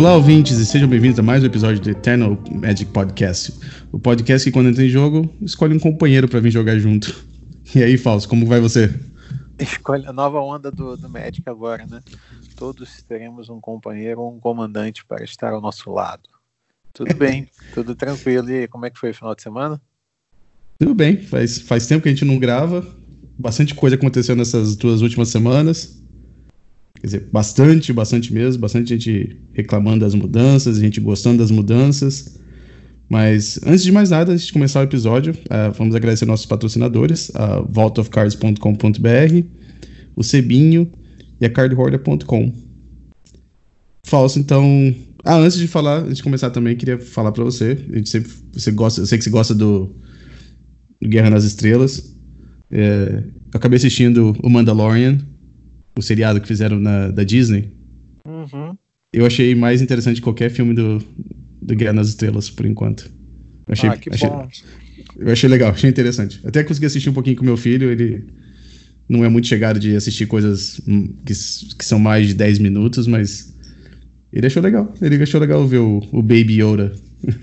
Olá, ouvintes, e sejam bem-vindos a mais um episódio do Eternal Magic Podcast. O podcast que, quando entra em jogo, escolhe um companheiro pra vir jogar junto. E aí, Fausto, como vai você? Escolhe a nova onda do Magic agora, né? Todos teremos um companheiro ou um comandante para estar ao nosso lado. Tudo bem, tudo tranquilo. E como é que foi o final de semana? Tudo bem, faz tempo que a gente não grava. Bastante coisa aconteceu nessas 2 últimas semanas. Quer dizer, bastante mesmo. Bastante gente reclamando das mudanças, gente gostando das mudanças. Mas antes de mais nada, antes de começar o episódio, vamos agradecer nossos patrocinadores, a vaultofcards.com.br, o Cebinho e a cardhoarder.com. Fausto, então... antes de começar também, queria falar pra você. Eu sei que você gosta do Guerra nas Estrelas. Eu acabei assistindo o Mandalorian, o seriado que fizeram da Disney. Uhum. Eu achei mais interessante que qualquer filme do Guerra nas Estrelas, por enquanto. Bom. Eu achei legal, achei interessante. Até consegui assistir um pouquinho com meu filho, ele não é muito chegado de assistir coisas que são mais de 10 minutos, mas ele achou legal ver o Baby Yoda.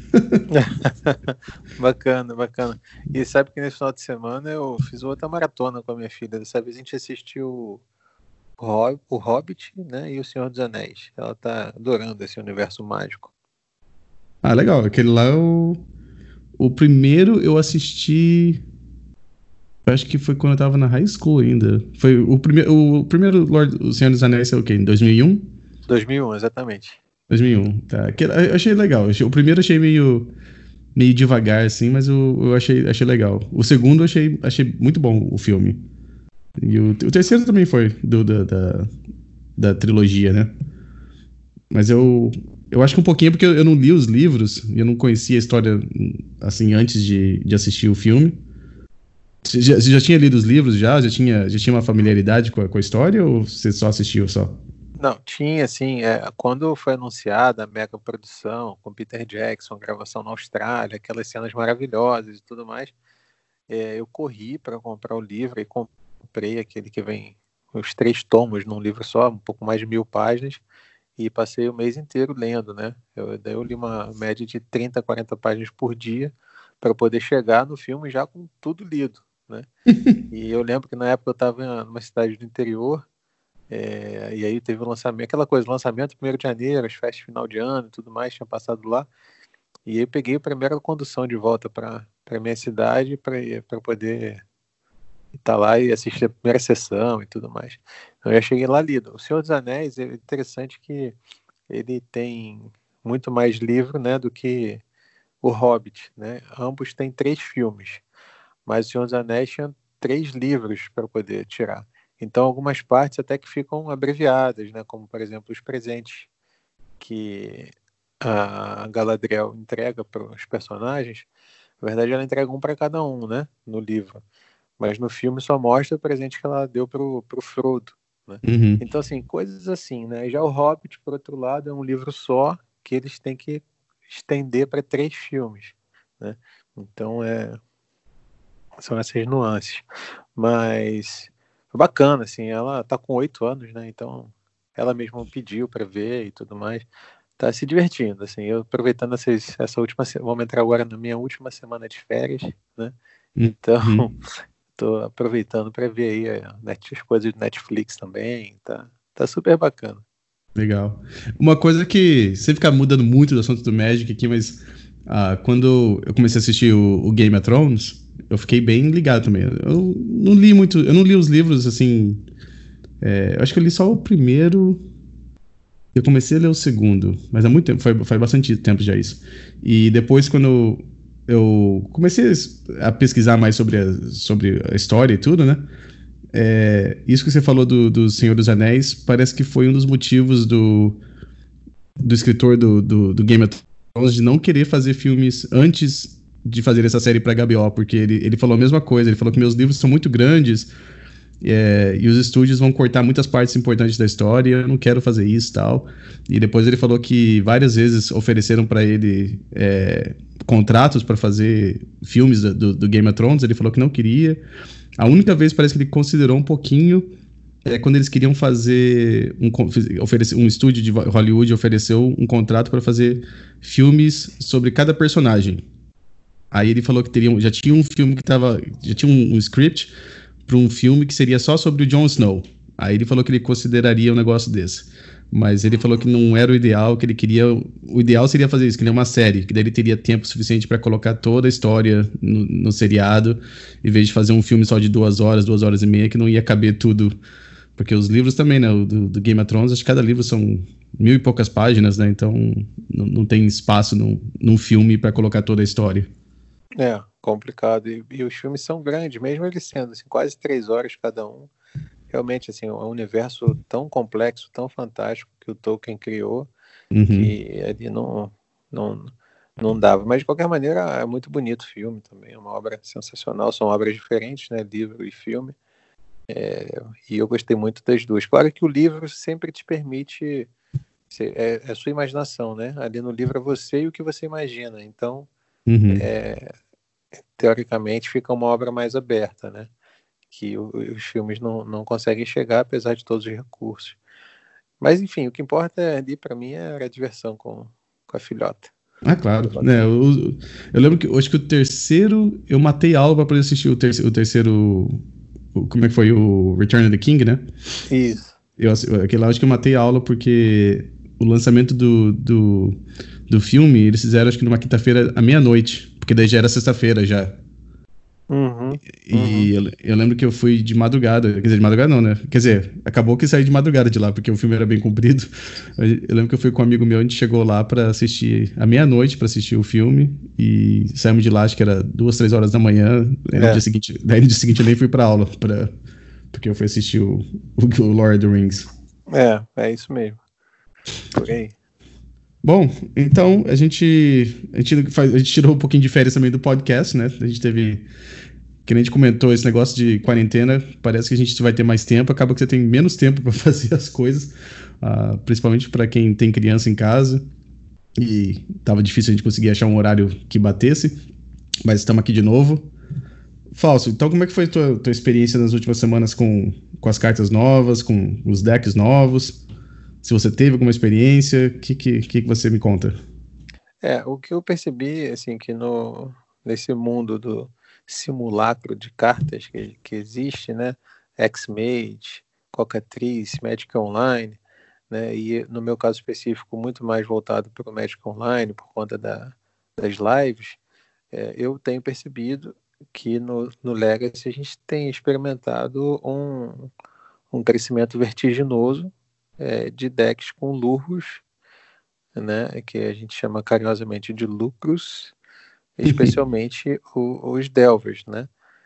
Bacana. E sabe que nesse final de semana eu fiz outra maratona com a minha filha. Dessa vez a gente assistiu o Hobbit, né, e o Senhor dos Anéis. Ela tá adorando esse universo mágico. Legal. Aquele lá, o primeiro eu assisti... Acho que foi quando eu tava na high school ainda. Foi o primeiro o Senhor dos Anéis é o quê? Em 2001? 2001, exatamente. 2001, tá. Eu achei legal. O primeiro eu achei meio devagar, assim, mas eu achei legal. O segundo eu achei muito bom o filme. E o terceiro também foi da trilogia, né? Mas eu acho que um pouquinho porque eu não li os livros e eu não conhecia a história, assim, antes de assistir o filme. Você já tinha lido os livros? Já tinha uma familiaridade com a história ou você só assistiu só? Não, tinha, assim, quando foi anunciada a mega produção com Peter Jackson, gravação na Austrália, aquelas cenas maravilhosas e tudo mais, eu corri para comprar o livro e comprei aquele que vem os 3 tomos num livro só, um pouco mais de 1000 páginas, e passei o mês inteiro lendo, né? Daí eu li uma média de 30, 40 páginas por dia para poder chegar no filme já com tudo lido, né? E eu lembro que na época eu estava numa cidade do interior, e aí teve o lançamento, aquela coisa, lançamento 1º de janeiro, as festas de final de ano e tudo mais, tinha passado lá, e aí eu peguei a primeira condução de volta para minha cidade para poder estar lá e assistir a primeira sessão e tudo mais. Então eu já cheguei lá lido. O Senhor dos Anéis é interessante que ele tem muito mais livro, né, do que o Hobbit, né? Ambos têm 3 filmes, mas o Senhor dos Anéis tinha 3 livros para poder tirar. Então, algumas partes até que ficam abreviadas, né? Como, por exemplo, os presentes que a Galadriel entrega para os personagens. Na verdade, ela entrega um para cada um, né? No livro. Mas no filme só mostra o presente que ela deu pro Frodo, né? Uhum. Então, assim, coisas assim, né? Já o Hobbit, por outro lado, é um livro só que eles têm que estender para 3 filmes, né? Então, são essas nuances. Mas... bacana, assim, ela tá com 8 anos, né, então ela mesma pediu para ver e tudo mais, tá se divertindo, assim, eu aproveitando essa última, vamos entrar agora na minha última semana de férias, né, então tô aproveitando para ver aí as coisas do Netflix também, tá super bacana. Legal. Uma coisa que você fica mudando muito do assunto do Magic aqui, mas quando eu comecei a assistir o Game of Thrones, eu fiquei bem ligado também. Eu não li os livros, assim... eu acho que eu li só o primeiro. Eu comecei a ler o segundo, mas há muito tempo, faz bastante tempo já isso. E depois, quando eu comecei a pesquisar mais sobre a história e tudo, né? Isso que você falou do Senhor dos Anéis, parece que foi um dos motivos do escritor do Game of Thrones de não querer fazer filmes antes de fazer essa série pra HBO, porque ele falou a mesma coisa. Ele falou que meus livros são muito grandes e os estúdios vão cortar muitas partes importantes da história, eu não quero fazer isso e tal. E depois ele falou que várias vezes ofereceram pra ele contratos pra fazer filmes do Game of Thrones. Ele falou que não queria. A única vez parece que ele considerou um pouquinho é quando eles queriam fazer oferecer um estúdio de Hollywood ofereceu um contrato para fazer filmes sobre cada personagem. Aí ele falou que já tinha um filme já tinha um script para um filme que seria só sobre o Jon Snow. Aí ele falou que ele consideraria um negócio desse. Mas ele falou que não era o ideal, que ele queria. O ideal seria fazer isso, que ele é uma série, que daí ele teria tempo suficiente para colocar toda a história no seriado, em vez de fazer um filme só de 2 horas e meia, que não ia caber tudo. Porque os livros também, né? Do Game of Thrones, acho que cada livro são 1000 e poucas páginas, né? Então não tem espaço num filme para colocar toda a história. É, complicado. E os filmes são grandes, mesmo eles sendo assim, quase 3 horas cada um. Realmente, assim, é um universo tão complexo, tão fantástico que o Tolkien criou, que ali não dava. Mas, de qualquer maneira, é muito bonito o filme também. É uma obra sensacional. São obras diferentes, né? Livro e filme. E eu gostei muito das duas. Claro que o livro sempre te permite... É a sua imaginação, né? Ali no livro é você e o que você imagina. Então, teoricamente, fica uma obra mais aberta, né? Que os filmes não conseguem chegar, apesar de todos os recursos. Mas, enfim, o que importa ali, para mim, era a diversão com a filhota. Ah, claro. Eu lembro que acho que o terceiro, eu matei a aula para poder assistir o terceiro. Como é que foi? O Return of the King, né? Isso. Aquele lá, acho que eu matei a aula porque o lançamento do filme, eles fizeram acho que numa quinta-feira à meia-noite, porque daí já era sexta-feira já. E eu lembro que eu fui de madrugada, quer dizer, de madrugada não, né? Quer dizer, acabou que saí de madrugada de lá, porque o filme era bem comprido. Eu lembro que eu fui com um amigo meu, a gente chegou lá pra assistir, à meia-noite pra assistir o filme, e saímos de lá, acho que era 2, 3 horas da manhã, daí no dia seguinte eu nem fui pra aula, porque eu fui assistir o Lord of the Rings. É isso mesmo. Por aí. Bom, então a gente tirou um pouquinho de férias também do podcast, né? A gente teve, que nem a gente comentou, esse negócio de quarentena, parece que a gente vai ter mais tempo, acaba que você tem menos tempo para fazer as coisas, principalmente para quem tem criança em casa, e tava difícil a gente conseguir achar um horário que batesse, mas estamos aqui de novo. Fausto, então como é que foi a tua experiência nas últimas semanas com as cartas novas, com os decks novos? Se você teve alguma experiência, o que você me conta? O que eu percebi, assim, que nesse mundo do simulacro de cartas que existe, né? X-Mage, Cocatriz, Magic Online, né? E no meu caso específico, muito mais voltado para o Magic Online, por conta das lives, eu tenho percebido que no Legacy a gente tem experimentado um crescimento vertiginoso de decks com lurros, né, que a gente chama carinhosamente de lucros, especialmente os Delvers, né?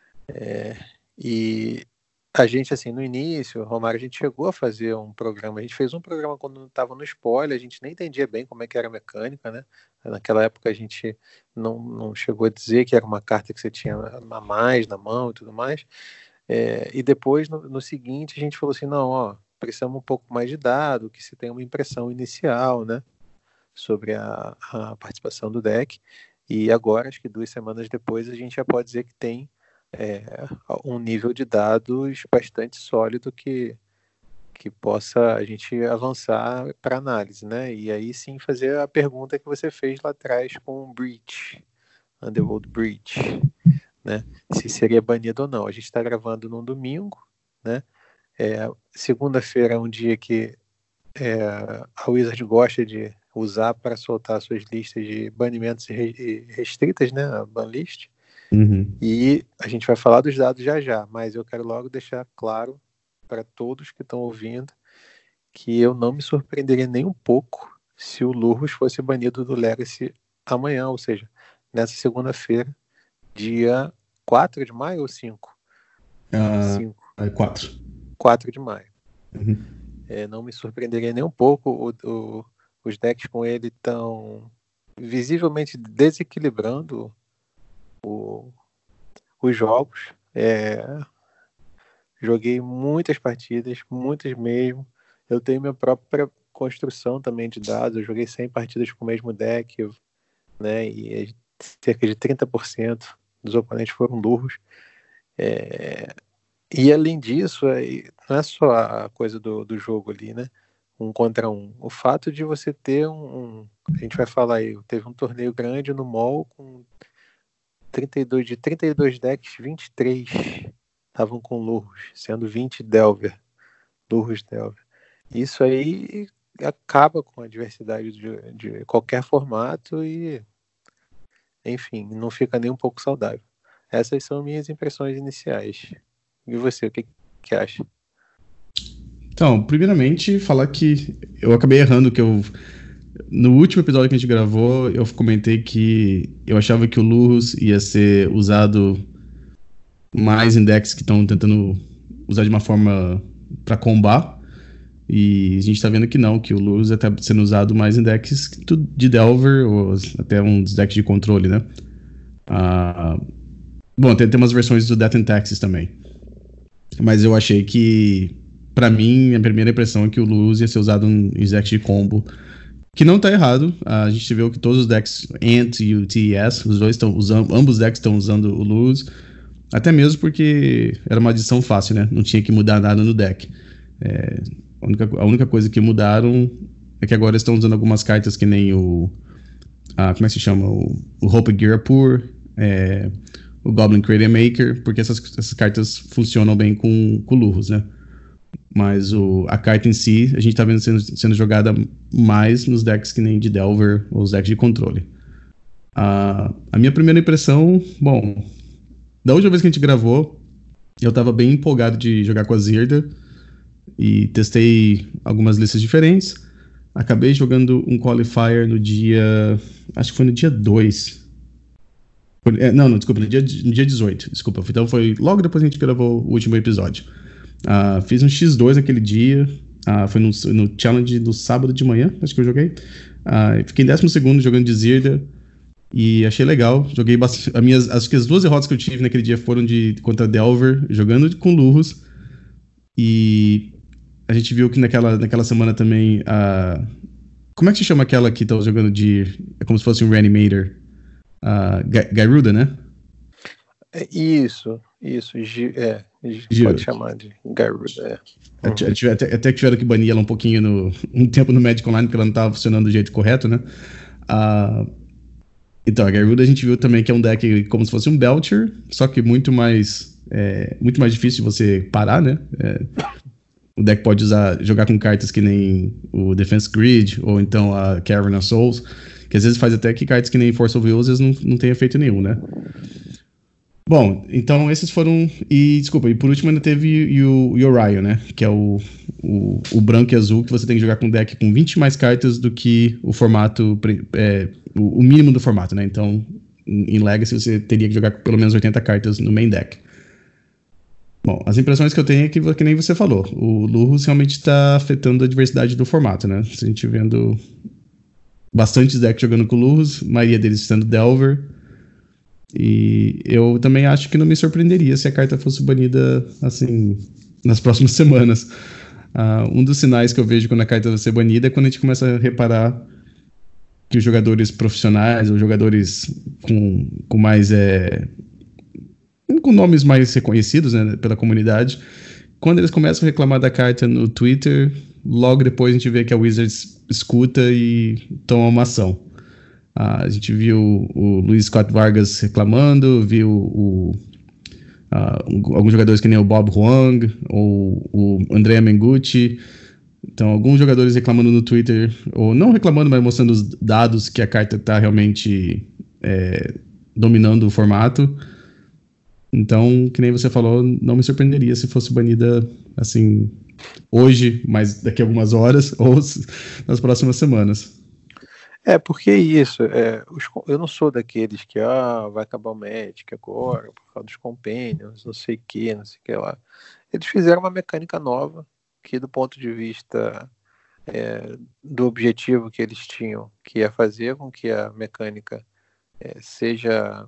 E a gente, assim, no início, Romário, a gente chegou a fazer um programa, a gente fez um programa quando estava no spoiler, a gente nem entendia bem como é que era a mecânica, né? Naquela época a gente não chegou a dizer que era uma carta que você tinha a mais na mão e tudo mais. E depois, no seguinte, a gente falou assim, não, ó, precisamos um pouco mais de dado, que se tem uma impressão inicial, né, sobre a participação do deck. E agora, acho que 2 semanas depois, a gente já pode dizer que tem um nível de dados bastante sólido que possa a gente avançar para análise, né? E aí sim fazer a pergunta que você fez lá atrás com o Breach, Underworld Breach, né? Se seria banido ou não. A gente está gravando num domingo, né? Segunda-feira é um dia que a Wizard gosta de usar para soltar suas listas de banimentos restritas, né? A banlist. E a gente vai falar dos dados já, mas eu quero logo deixar claro para todos que estão ouvindo que eu não me surpreenderia nem um pouco se o Lurrus fosse banido do Legacy amanhã, ou seja, nessa segunda-feira, dia 4 de maio ou 5? 4. 4 de maio. Não me surpreenderia nem um pouco. Os decks com ele estão visivelmente desequilibrando os jogos. Joguei muitas partidas, muitas mesmo. Eu tenho minha própria construção também de dados. Eu joguei 100 partidas com o mesmo deck, né? E cerca de 30% dos oponentes foram Lurros. E além disso, não é só a coisa do jogo ali, né? 1 contra 1. O fato de você ter a gente vai falar aí, teve um torneio grande no mall com 32, de 32 decks, 23 estavam com Lurrus, sendo 20 Delver, Lurrus Delver. Isso aí acaba com a diversidade de qualquer formato e, enfim, não fica nem um pouco saudável. Essas são minhas impressões iniciais. E você, o que acha? Então, primeiramente, falar que eu acabei errando, no último episódio que a gente gravou, eu comentei que eu achava que o Lurrus ia ser usado mais em decks que estão tentando usar de uma forma para combar. E a gente tá vendo que não, que o Lurrus está sendo usado mais em decks de Delver, ou até uns decks de controle, né? Bom, tem umas versões do Death and Taxes também. Mas eu achei que, pra mim, a primeira impressão é que o Lurrus ia ser usado em decks de combo. Que não tá errado. A gente viu que todos os decks, Ant e o TES, os dois estão usando, ambos os decks estão usando o Lurrus. Até mesmo porque era uma adição fácil, né? Não tinha que mudar nada no deck. A única coisa que mudaram é que agora estão usando algumas cartas que nem como é que se chama? O Hope Girapur, o Goblin Creator Maker, porque essas cartas funcionam bem com Lurrus, né? Mas a carta em si, a gente tá vendo sendo jogada mais nos decks que nem de Delver ou os decks de controle. A minha primeira impressão, bom, da última vez que a gente gravou, eu tava bem empolgado de jogar com a Zirda e testei algumas listas diferentes. Acabei jogando um Qualifier no dia... acho que foi no dia 2. Não, desculpa, no dia 18. Desculpa, então foi logo depois que a gente gravou o último episódio. Fiz um X2 aquele dia. Foi no challenge do sábado de manhã, acho que eu joguei. Fiquei em 12º jogando de Zirda. E achei legal. Joguei bastante. Acho que as 2 derrotas que eu tive naquele dia foram contra Delver, jogando com Lurrus. E a gente viu que naquela semana também. Como é que se chama aquela que tá jogando de. É como se fosse um Reanimator? Garuda, né? Isso. Pode chamar de Garuda. Até que tiveram que banir ela um tempo no Magic Online, porque ela não estava funcionando do jeito correto, né? Então, a Garuda a gente viu também que é um deck como se fosse um Belcher, só que muito mais difícil de você parar, né? O deck pode jogar com cartas que nem o Defense Grid, ou então a Cavern of Souls, que às vezes faz até que cartas que nem Force of Will não tem efeito nenhum, né? Bom, então esses foram... E por último ainda teve o Orion, né? Que é o branco e azul, que você tem que jogar com um deck com 20 mais cartas do que o formato... o mínimo do formato, né? Então, em Legacy você teria que jogar com pelo menos 80 cartas no main deck. Bom, as impressões que eu tenho é que nem você falou. O Lurrus realmente está afetando a diversidade do formato, né? A gente vendo bastantes decks jogando com o Lurrus, a maioria deles sendo Delver. E eu também acho que não me surpreenderia se a carta fosse banida, assim, nas próximas semanas. Um dos sinais que eu vejo quando a carta vai ser banida é quando a gente começa a reparar que os jogadores profissionais, ou jogadores com mais... com nomes mais reconhecidos, né, pela comunidade, quando eles começam a reclamar da carta no Twitter, logo depois a gente vê que a Wizards escuta e toma uma ação. A gente viu o Luiz Scott Vargas reclamando, viu alguns jogadores que nem o Bob Huang, ou o André Mengucci. Então, alguns jogadores reclamando no Twitter, ou não reclamando, mas mostrando os dados que a carta está realmente dominando o formato. Então, que nem você falou, não me surpreenderia se fosse banida, assim, hoje, mas daqui a algumas horas, ou nas próximas semanas. Porque isso, eu não sou daqueles que vai acabar o Magic agora, por causa dos Companions, não sei o que lá. Eles fizeram uma mecânica nova, que do ponto de vista do objetivo que eles tinham, que é fazer com que a mecânica seja...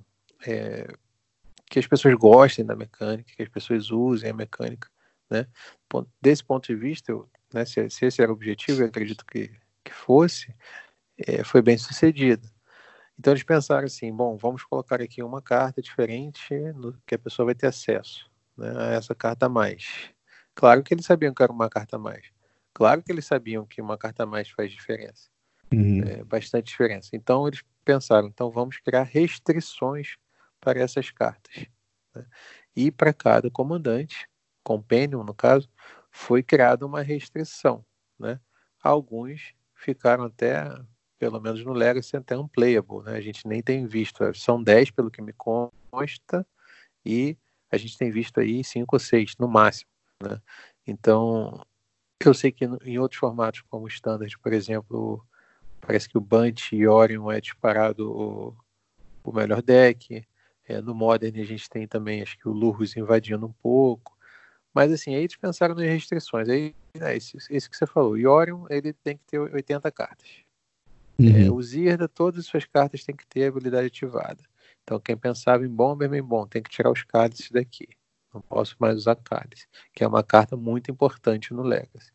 que as pessoas gostem da mecânica, que as pessoas usem a mecânica, né? Desse ponto de vista, né, se esse era o objetivo, eu acredito que fosse, foi bem sucedido. Então eles pensaram assim, bom, vamos colocar aqui uma carta diferente que a pessoa vai ter acesso, né, a essa carta a mais. Claro que eles sabiam que era uma carta a mais. Claro que eles sabiam que uma carta a mais faz diferença. Bastante diferença. Então eles pensaram, então vamos criar restrições para essas cartas, né? E para cada comandante, Companion no caso, foi criada uma restrição, né? Alguns ficaram até, pelo menos no Legacy, até unplayable, né? A gente nem tem visto, são 10 pelo que me consta, e a gente tem visto aí 5 ou 6 no máximo, né? Então, eu sei que em outros formatos, como o Standard, por exemplo, parece que o Bunt e Orion é disparado o melhor deck. No Modern a gente tem também, acho que o Lurrus invadindo um pouco. Mas assim, aí eles pensaram nas restrições. Aí, esse que você falou. O Orion, ele tem que ter 80 cartas. O Zirda, todas as suas cartas têm que ter habilidade ativada. Então quem pensava em Bomberman, bom, tem que tirar os cálices daqui. Não posso mais usar cálice, que é uma carta muito importante no Legacy.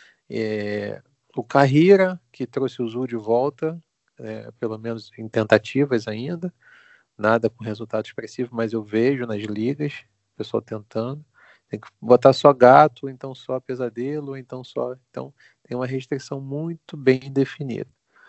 O Kahira, que trouxe o Zul de volta, pelo menos em tentativas ainda, nada com resultado expressivo, mas eu vejo nas ligas, o pessoal tentando. Tem que botar só gato, ou então só pesadelo, ou então só. Então tem uma restrição muito bem definida.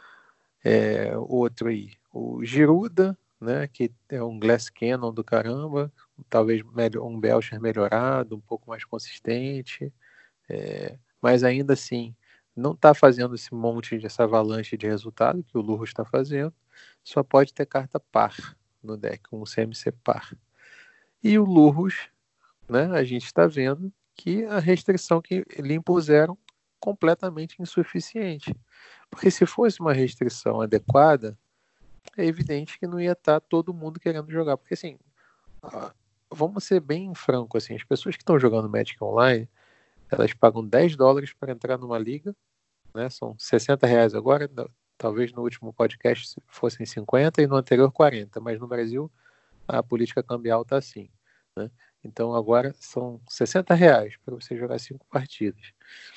Outro aí, o Giruda, né, que é um Glass Cannon do caramba, talvez um Belcher melhorado, um pouco mais consistente, mas ainda assim não está fazendo esse monte de essa avalanche de resultado que o Lurrus está fazendo, só pode ter carta par no deck, um CMC par. E o Lurrus, né, a gente está vendo que a restrição que lhe impuseram completamente insuficiente. Porque se fosse uma restrição adequada, é evidente que não ia estar todo mundo querendo jogar. Porque assim, vamos ser bem franco, assim, as pessoas que estão jogando Magic Online, elas pagam $10 para entrar numa liga, né? São R$60 agora, talvez no último podcast fossem 50 e no anterior 40, mas no Brasil a política cambial está assim, né? Então agora são R$60 para você jogar 5 partidas.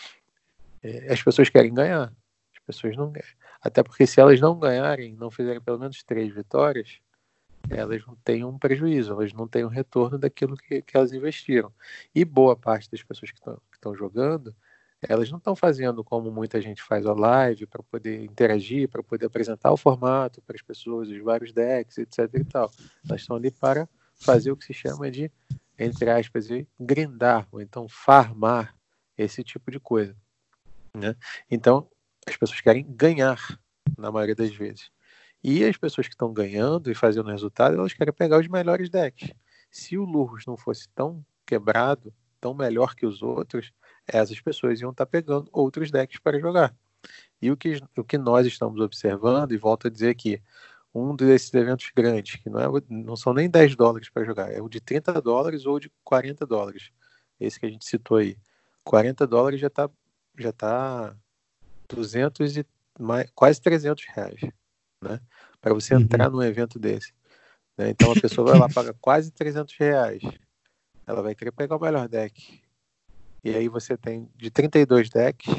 As pessoas querem ganhar, as pessoas não ganham. Até porque se elas não ganharem, não fizerem pelo menos 3 vitórias, elas não têm um prejuízo, elas não têm um retorno daquilo que elas investiram. E boa parte das pessoas que estão jogando, elas não estão fazendo como muita gente faz a live para poder interagir, para poder apresentar o formato para as pessoas, os vários decks, etc. e tal. Elas estão ali para fazer o que se chama de, entre aspas, grindar, ou então farmar, esse tipo de coisa, né? Então, as pessoas querem ganhar, na maioria das vezes. E as pessoas que estão ganhando e fazendo resultado, elas querem pegar os melhores decks. Se o Lurrus não fosse tão quebrado, tão melhor que os outros, essas pessoas iam estar pegando outros decks para jogar. E o que nós estamos observando, e volto a dizer que um desses eventos grandes, que não são nem $10 para jogar, é o de $30 ou de $40. Esse que a gente citou aí. $40 já tá 200 e quase R$300, né? Para você entrar num evento desse, né? Então a pessoa vai lá, paga quase R$300. Ela vai querer pegar o melhor deck. E aí você tem de 32 decks,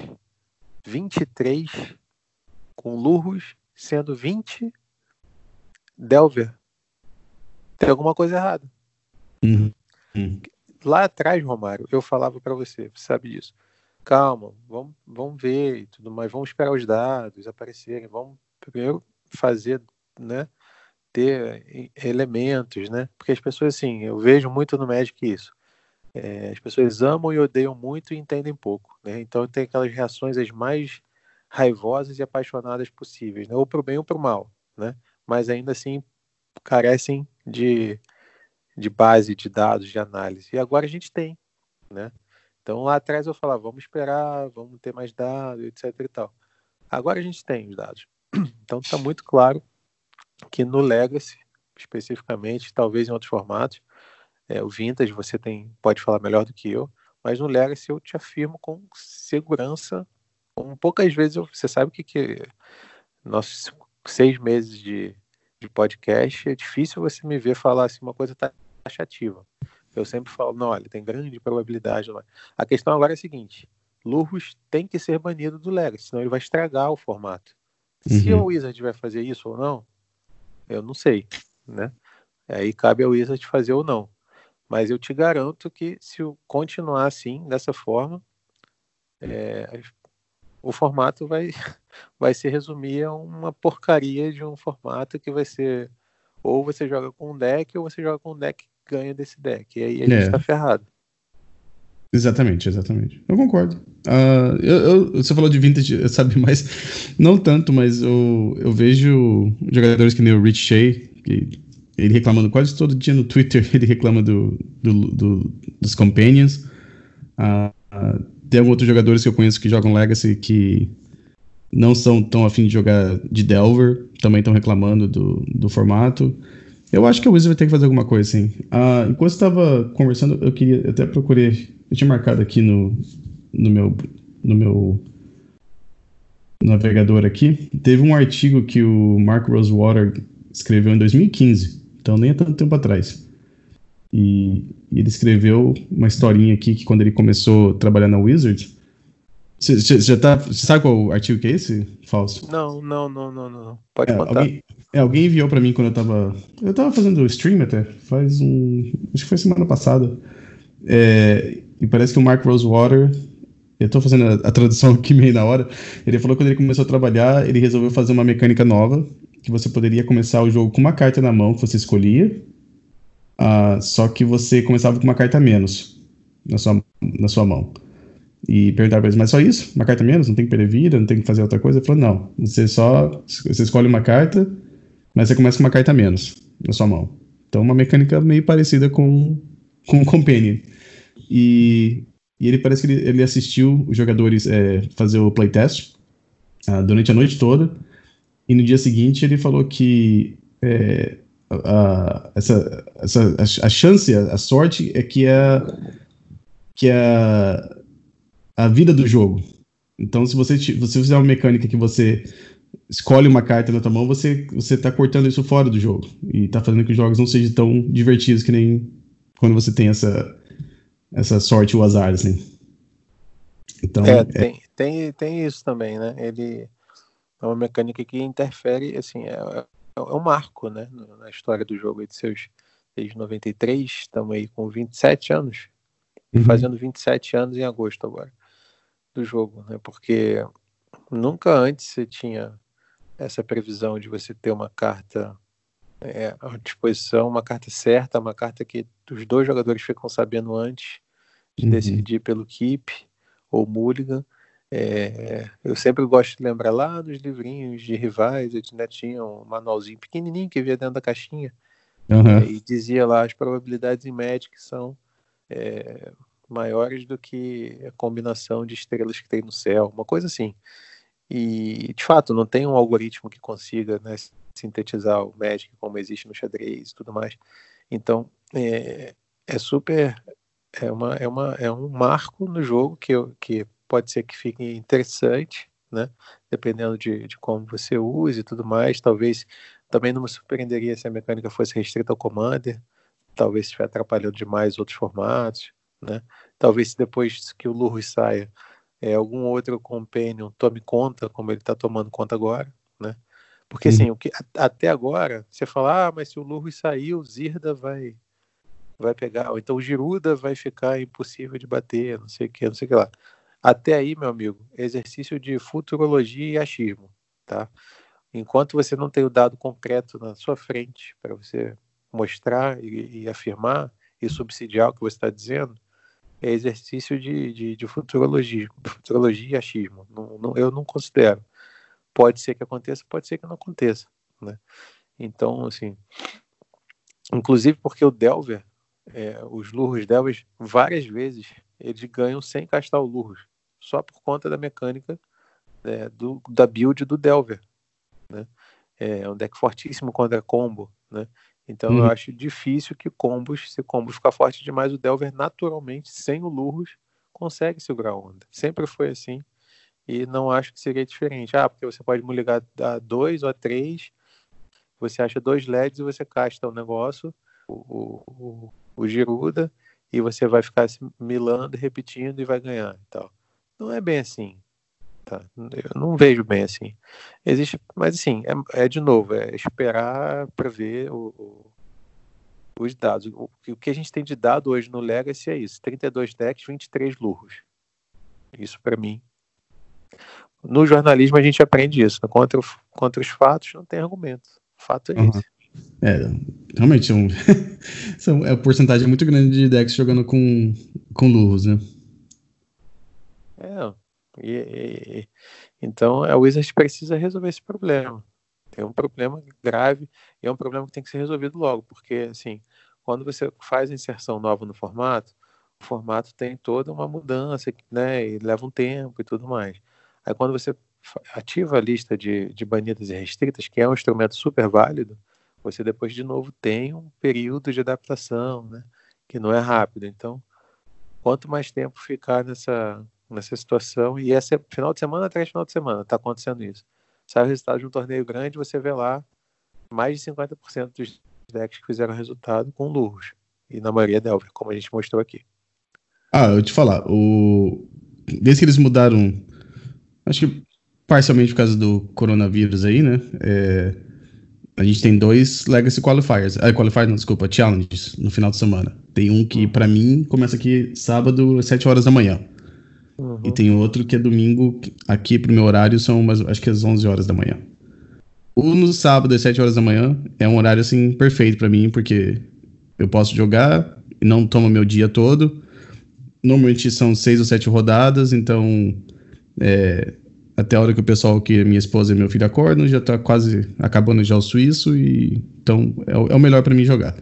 23 com Lurrus, sendo 20 Delver. Tem alguma coisa errada. Lá atrás, Romário, eu falava para você sabe disso. Calma, vamos ver e tudo mais, vamos esperar os dados aparecerem, vamos primeiro fazer, né, ter elementos, né, porque as pessoas, assim, eu vejo muito no Magic isso, as pessoas amam e odeiam muito e entendem pouco, né, então tem aquelas reações as mais raivosas e apaixonadas possíveis, né, ou pro bem ou pro mal, né, mas ainda assim carecem de base, de dados, de análise, e agora a gente tem, né. Então lá atrás eu falava, vamos esperar, vamos ter mais dados, etc e tal. Agora a gente tem os dados. Então está muito claro que no Legacy, especificamente, talvez em outros formatos, o Vintage você pode falar melhor do que eu, mas no Legacy eu te afirmo com segurança, com poucas vezes você sabe que nossos 6 meses de podcast, é difícil você me ver falar assim uma coisa taxativa. Eu sempre falo, não, olha, tem grande probabilidade lá. A questão agora é a seguinte, Lurrus tem que ser banido do Legacy, senão ele vai estragar o formato. Se o Wizard vai fazer isso ou não, eu não sei, né? Aí cabe ao Wizard fazer ou não. Mas eu te garanto que se continuar assim, dessa forma, o formato vai se resumir a uma porcaria de um formato que vai ser ou você joga com um deck ou você joga com um deck que ganha desse deck. E aí a gente tá ferrado. Exatamente. Eu concordo. Você falou de vintage, sabe, mas não tanto, mas eu vejo jogadores que nem o Rich Shea, que ele reclamando quase todo dia no Twitter, ele reclama dos Companions. Tem alguns outros jogadores que eu conheço que jogam Legacy que não são tão afim de jogar de Delver, também estão reclamando do formato. Eu acho que a Wizard vai ter que fazer alguma coisa assim. Enquanto você estava conversando, eu até procurei. Eu tinha marcado aqui no meu navegador aqui. Teve um artigo que o Mark Rosewater escreveu em 2015, então nem é tanto tempo atrás. E ele escreveu uma historinha aqui que quando ele começou a trabalhar na Wizard. Você sabe qual artigo que é esse, Fausto? Não. Pode contar. Alguém enviou pra mim quando eu tava fazendo stream até, acho que foi semana passada. E parece que o Mark Rosewater, eu tô fazendo a tradução aqui meio na hora, ele falou que quando ele começou a trabalhar, ele resolveu fazer uma mecânica nova, que você poderia começar o jogo com uma carta na mão que você escolhia, só que você começava com uma carta a menos na sua mão. E perguntaram pra eles, mas só isso? Uma carta menos? Não tem que perder vida? Não tem que fazer outra coisa? Ele falou, não. Você escolhe uma carta, mas você começa com uma carta menos na sua mão. Então, uma mecânica meio parecida com o Companion. E ele parece que ele assistiu os jogadores fazer o playtest durante a noite toda. E no dia seguinte ele falou que a chance, a sorte é que a vida do jogo. Então, se você fizer uma mecânica que você escolhe uma carta na tua mão, você tá cortando isso fora do jogo. E tá fazendo que os jogos não sejam tão divertidos que nem quando você tem essa sorte ou azar, assim. Então, tem isso também, né? Ele é uma mecânica que interfere, assim, é um marco, né? Na história do jogo desde 93, estamos aí com 27 anos, fazendo 27 anos em agosto agora, do jogo, né? Porque nunca antes você tinha essa previsão de você ter uma carta à disposição, uma carta certa, uma carta que os dois jogadores ficam sabendo antes de decidir pelo keep ou mulligan. Eu sempre gosto de lembrar lá nos livrinhos de rivais, eu tinha um manualzinho pequenininho que via dentro da caixinha, e dizia lá as probabilidades em Magic são maiores do que a combinação de estrelas que tem no céu, uma coisa assim. E, de fato, não tem um algoritmo que consiga, né, sintetizar o Magic como existe no xadrez e tudo mais. Então, é um marco no jogo que pode ser que fique interessante, né, dependendo de como você use e tudo mais. Talvez também não me surpreenderia se a mecânica fosse restrita ao Commander, talvez estiver atrapalhando demais outros formatos, né? Talvez depois que o Lurrus saia, algum outro companion tome conta, como ele está tomando conta agora, né? Porque assim, até agora, você fala, mas se o Lurrus sair, o Zirda vai pegar, ou então o Giruda vai ficar impossível de bater, não sei o que lá. Até aí, meu amigo, exercício de futurologia e achismo, tá? Enquanto você não tem o dado concreto na sua frente para você mostrar e afirmar e subsidiar o que você está dizendo, é exercício de futurologia e achismo. Eu não considero. Pode ser que aconteça, pode ser que não aconteça, né? Então, assim, inclusive porque o Delver, os Lurrus Delvers, várias vezes eles ganham sem castar o Lurrus, só por conta da mecânica da build do Delver, né? É um deck fortíssimo contra combo, né? Então eu acho difícil que se combo ficar forte demais, o Delver naturalmente, sem o Lurrus, consegue segurar a onda. Sempre foi assim e não acho que seria diferente. Porque você pode me ligar a 2 ou a 3, você acha 2 LEDs e você casta o negócio, o Giruda, e você vai ficar se milando, repetindo e vai ganhar. Então, não é bem assim. Tá? Eu não vejo bem assim. Existe, mas assim, de novo, esperar para ver o os dados. O que a gente tem de dado hoje no Legacy é isso: 32 decks, 23 lurros. Isso para mim. No jornalismo a gente aprende isso. Contra os fatos não tem argumento. O fato é esse. Realmente, é uma porcentagem muito grande de decks jogando com lurros, né? Então a Wizards precisa resolver esse problema. Tem um problema grave e é um problema que tem que ser resolvido logo, porque assim, quando você faz a inserção nova no formato, o formato tem toda uma mudança, né, e leva um tempo e tudo mais. Aí quando você ativa a lista de banidas e restritas, que é um instrumento super válido, você depois de novo tem um período de adaptação, né, que não é rápido. Então, quanto mais tempo ficar nessa situação, e essa final de semana atrás final de semana está acontecendo isso. Sai o resultado de um torneio grande, você vê lá mais de 50% dos decks que fizeram resultado com lurros. E na maioria Delver, como a gente mostrou aqui. Eu te falar, desde que eles mudaram, acho que parcialmente por causa do coronavírus aí, né? A gente tem 2 Legacy Qualifiers. Challenges no final de semana. Tem um que, pra mim, começa aqui sábado, às 7 horas da manhã. E tem outro que é domingo, aqui pro meu horário, acho que às 11 horas da manhã. O no sábado, às 7 horas da manhã, é um horário, assim, perfeito pra mim, porque eu posso jogar e não toma meu dia todo. Normalmente são 6 ou 7 rodadas, então até a hora que o pessoal, que minha esposa e meu filho acordam, já tá quase acabando já o suíço, e então é o melhor pra mim jogar.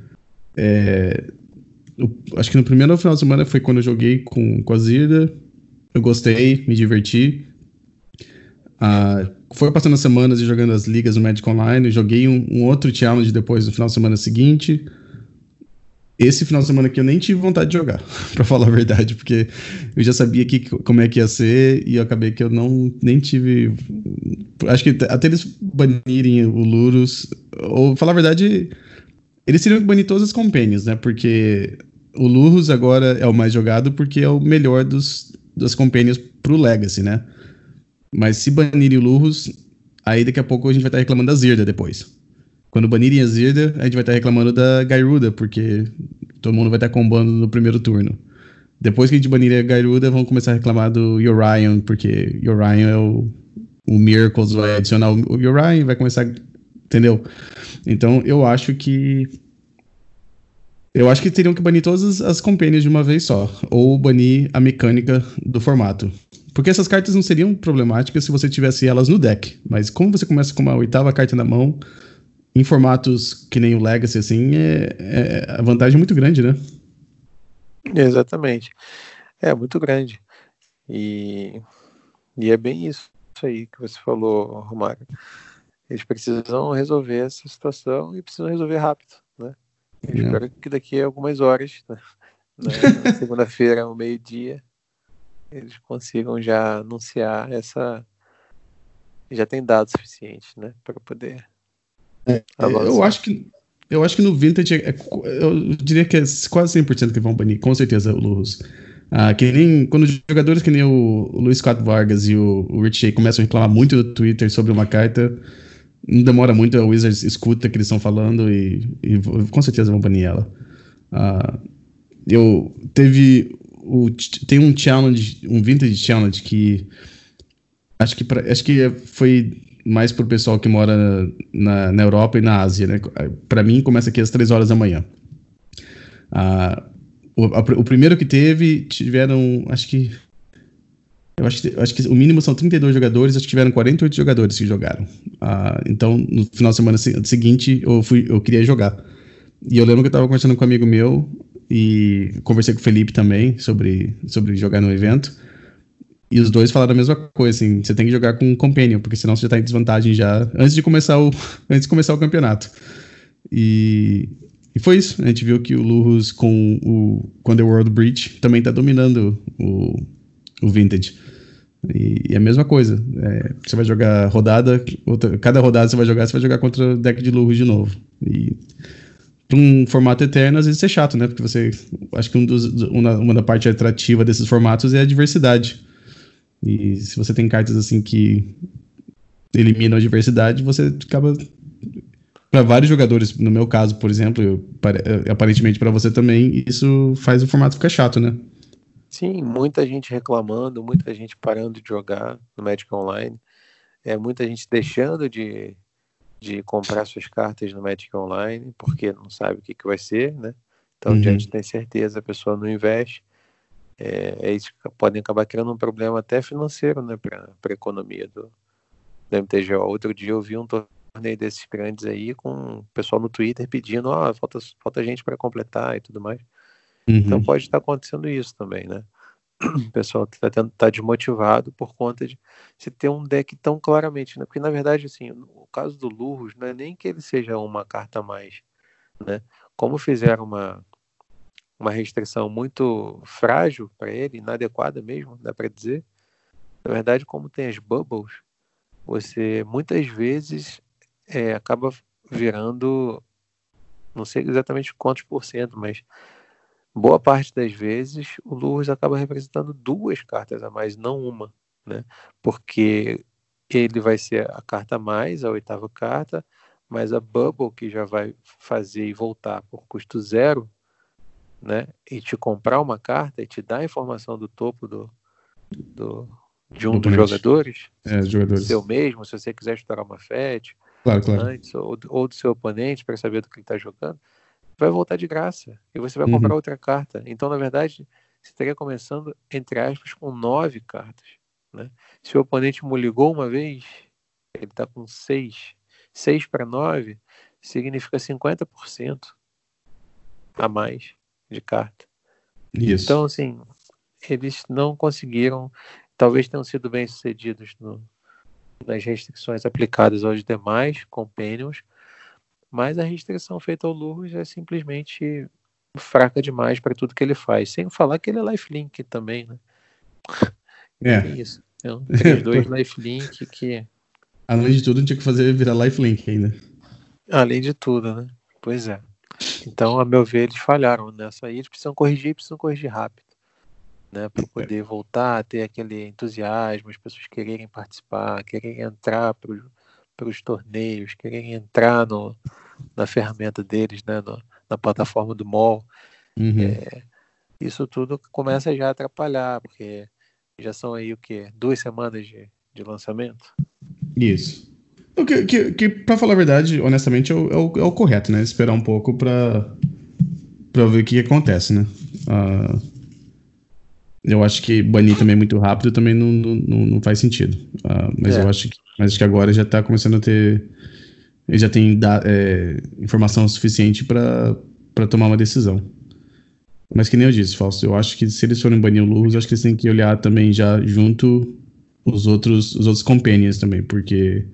Acho que no primeiro final de semana foi quando eu joguei com a Zirda. Eu gostei, me diverti. Foi passando as semanas e jogando as ligas no Magic Online. Eu joguei um outro challenge depois no final de semana seguinte. Esse final de semana aqui eu nem tive vontade de jogar, pra falar a verdade, porque eu já sabia como é que ia ser, e eu acabei que eu nem tive... Acho que até eles banirem o Lurus, ou falar a verdade, eles teriam que banir todas as companions, né? Porque o Lurus agora é o mais jogado porque é o melhor das companions pro Legacy, né? Mas se banirem o Lurus, aí daqui a pouco a gente vai estar reclamando da Zirda depois. Quando banirem a Zirda, a gente vai estar reclamando da Gyruda, porque todo mundo vai estar combando no primeiro turno. Depois que a gente banir a Gyruda, vão começar a reclamar do Orion, porque Orion é o Miracles, vai adicionar o Orion, vai começar... Entendeu? Então, eu acho que teriam que banir todas as companions de uma vez só, ou banir a mecânica do formato. Porque essas cartas não seriam problemáticas se você tivesse elas no deck, mas como você começa com uma 8ª carta na mão, em formatos que nem o Legacy, assim, a vantagem é muito grande, né? Exatamente. É muito grande. E é bem isso aí que você falou, Romário. Eles precisam resolver essa situação e precisam resolver rápido, né? Eu espero que daqui a algumas horas, né, na segunda-feira, ao meio-dia, eles consigam já anunciar já tem dados suficientes, né, para poder eu acho que no Vintage eu diria que é quase 100% que vão banir, com certeza, o Lurus. Que nem quando jogadores que nem o Luiz Quatro Vargas e o Rich Shea começam a reclamar muito no Twitter sobre uma carta, não demora muito, a Wizards escuta o que eles estão falando e com certeza vão banir ela. Tem um challenge, um Vintage Challenge que acho que foi mais pro pessoal que mora na Europa e na Ásia, né? Pra mim, começa aqui às 3 horas da manhã. O primeiro que tiveram, acho que o mínimo são 32 jogadores, acho que tiveram 48 jogadores que jogaram. Então, no final de semana seguinte, eu queria jogar. E eu lembro que eu tava conversando com um amigo meu, e conversei com o Felipe também, sobre jogar no evento. E os dois falaram a mesma coisa, assim, você tem que jogar com um Companion, porque senão você já tá em desvantagem já, antes de começar o campeonato. E foi isso, a gente viu que o Lurus com o Underworld Breach também tá dominando o Vintage. E é a mesma coisa, você vai jogar rodada, cada rodada você vai jogar contra o deck de Lurus de novo. E para um formato eterno, às vezes é chato, né, porque acho que uma da parte atrativa desses formatos é a diversidade. E se você tem cartas assim que eliminam a diversidade, você acaba para vários jogadores, no meu caso, por exemplo, aparentemente para você também, isso faz o formato ficar chato, né? Sim, muita gente reclamando, muita gente parando de jogar no Magic Online, muita gente deixando de comprar suas cartas no Magic Online, porque não sabe o que vai ser, né? Então, diante da incerteza, a pessoa não investe. Isso podem acabar criando um problema até financeiro, né, para a economia do MTGO. Outro dia eu vi um torneio desses grandes aí com o pessoal no Twitter pedindo, falta gente para completar e tudo mais. Então pode estar acontecendo isso também, né? O pessoal tá desmotivado por conta de se ter um deck tão claramente, né? Porque na verdade, assim, o caso do Lurrus não é nem que ele seja uma carta a mais, né? Como fizeram uma restrição muito frágil para ele, inadequada mesmo, dá para dizer. Na verdade, como tem as bubbles, você muitas vezes acaba virando, não sei exatamente quantos por cento, mas boa parte das vezes o Lurrus acaba representando duas cartas a mais, não uma, né? Porque ele vai ser a carta a mais, a oitava carta, mas a Bubble que já vai fazer e voltar por custo zero, né? E te comprar uma carta e te dar a informação do topo de um dos Oponente. jogadores, Jogadores. seu mesmo, se você quiser estourar uma FET, Claro, claro. antes, ou do seu oponente para saber do que ele está jogando, vai voltar de graça e você vai comprar outra carta. Então, na verdade, você estaria começando, entre aspas, com 9 cartas, né? Se o oponente ligou uma vez, ele está com 6. 6 para 9 significa 50% a mais de carta. Isso. Então, assim, eles não conseguiram, talvez tenham sido bem sucedidos nas restrições aplicadas aos demais companions, mas a restrição feita ao Lurrus é simplesmente fraca demais para tudo que ele faz. Sem falar que ele é lifelink também, né? Tem isso. É um 3-2 lifelink que... Além de tudo, a gente tinha que fazer virar lifelink ainda. Além de tudo, né? Pois é. Então, a meu ver, eles falharam nessa aí. Eles precisam corrigir rápido, né? Para poder voltar a ter aquele entusiasmo, as pessoas quererem participar, quererem entrar para os torneios, quererem entrar na ferramenta deles, né? Na plataforma do MOL. Isso tudo começa já a atrapalhar, porque já são aí o quê? 2 semanas de lançamento? Isso. Que pra falar a verdade, honestamente, é o correto, né? Esperar um pouco pra ver o que acontece, né? Eu acho que banir também muito rápido também não faz sentido. Mas eu acho que agora já tá começando a ter... Ele já tem informação suficiente pra tomar uma decisão. Mas que nem eu disse, Fausto, eu acho que se eles forem banir o Lurrus, eu acho que eles têm que olhar também já junto os outros companions também, porque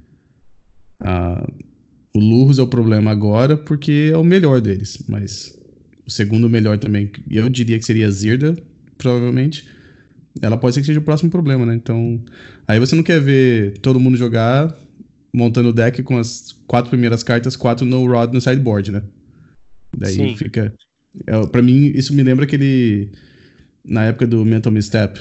o Lurrus é o problema agora porque é o melhor deles, mas o segundo melhor também, eu diria que seria a Zirda, provavelmente. Ela pode ser que seja o próximo problema, né? Então, aí você não quer ver todo mundo jogar montando o deck com as 4 primeiras cartas, 4 no Rod no sideboard, né? Daí Sim. fica... pra mim, isso me lembra aquele... Na época do Mental Misstep,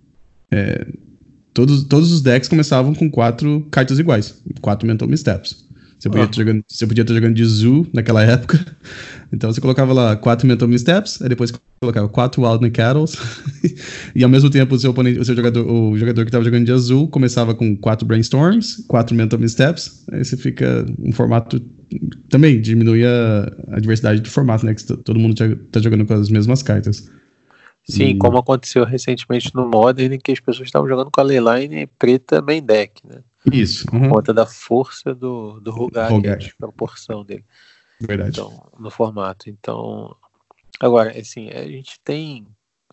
todos os decks começavam com 4 cartas iguais, 4 Mental Missteps. Você podia estar jogando de Zoo naquela época, então você colocava lá 4 Mental Missteps, aí depois colocava 4 Wild Cattles, e ao mesmo tempo o jogador que estava jogando de azul começava com 4 Brainstorms, 4 Mental Missteps, aí você fica um formato... Também diminui a diversidade do formato, né? Que todo mundo tá jogando com as mesmas cartas. Sim, como aconteceu recentemente no Modern, em que as pessoas estavam jogando com a Leyline preta main deck, né? Isso. Por conta da força do Rugag, a desproporção dele. Verdade. Então, no formato. Então, agora, assim, a gente tem...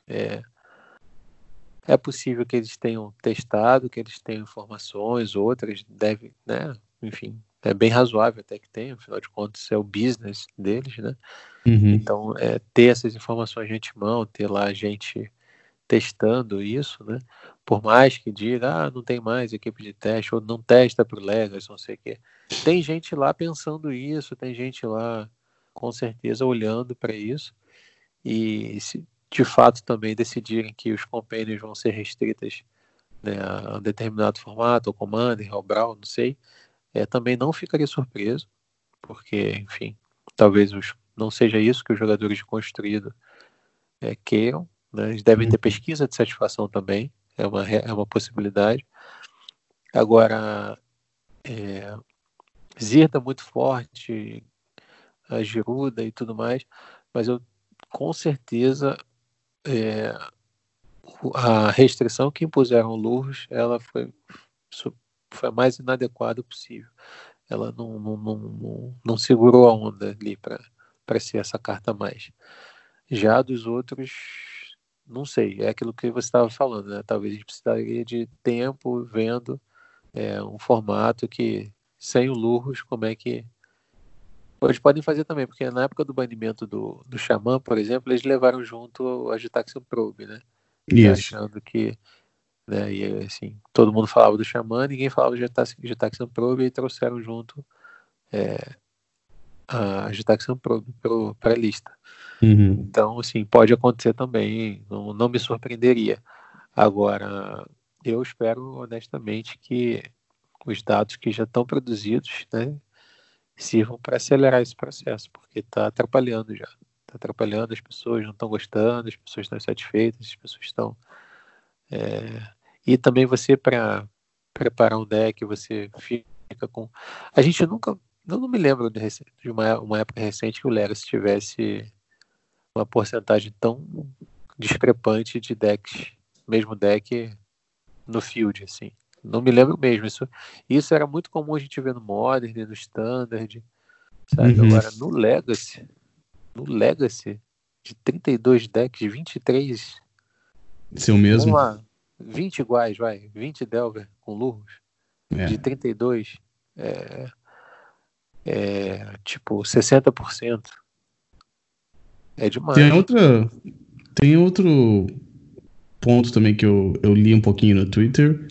É possível que eles tenham testado, que eles tenham informações, outras devem, né? Enfim, é bem razoável até que tenham, afinal de contas é o business deles, né? Então, ter essas informações de antemão, ter lá a gente testando isso, né? Por mais que diga, não tem mais equipe de teste, ou não testa para o Legacy, não sei o quê. Tem gente lá pensando isso, tem gente lá, com certeza, olhando para isso. E se de fato também decidirem que os companions vão ser restritas, né, a um determinado formato, ou Commander, ou Brawl, não sei, também não ficaria surpreso, porque, enfim, talvez não seja isso que os jogadores de construído queiram, né? Eles devem ter pesquisa de satisfação também, é uma possibilidade. Agora, Zirda muito forte, a Giruda e tudo mais, mas eu com certeza a restrição que impuseram ao Lurrus, ela foi a mais inadequada possível. Ela não segurou a onda ali para ser essa carta a mais. Já dos outros, não sei, é aquilo que você estava falando, né? Talvez a gente precisaria de tempo vendo um formato que, sem o Lurrus, como é que... Eles podem fazer também, porque na época do banimento do Xamã, por exemplo, eles levaram junto a Gitaxian Probe, né? Achando que... Né, e assim, todo mundo falava do Xamã, ninguém falava de Gitaxian Probe, e trouxeram junto a Gitaxian Probe para a lista. Então, assim, pode acontecer também, não me surpreenderia. Agora, eu espero honestamente que os dados que já estão produzidos, né, sirvam para acelerar esse processo, porque está atrapalhando já. Está atrapalhando, as pessoas não estão gostando, as pessoas estão insatisfeitas, as pessoas estão... E também você, para preparar um deck, você fica com... A gente nunca... Eu não me lembro de uma época recente que o Legacy tivesse uma porcentagem tão discrepante de decks, mesmo deck no field, assim. Não me lembro mesmo. Isso era muito comum a gente ver no Modern, no Standard, sabe? Agora, no Legacy, de 32 decks, 23... Seu mesmo? Vamos lá, 20 iguais, 20 Delver com Lurrus, de 32, tipo 60%. É demais. Tem outro ponto também que eu li um pouquinho no Twitter.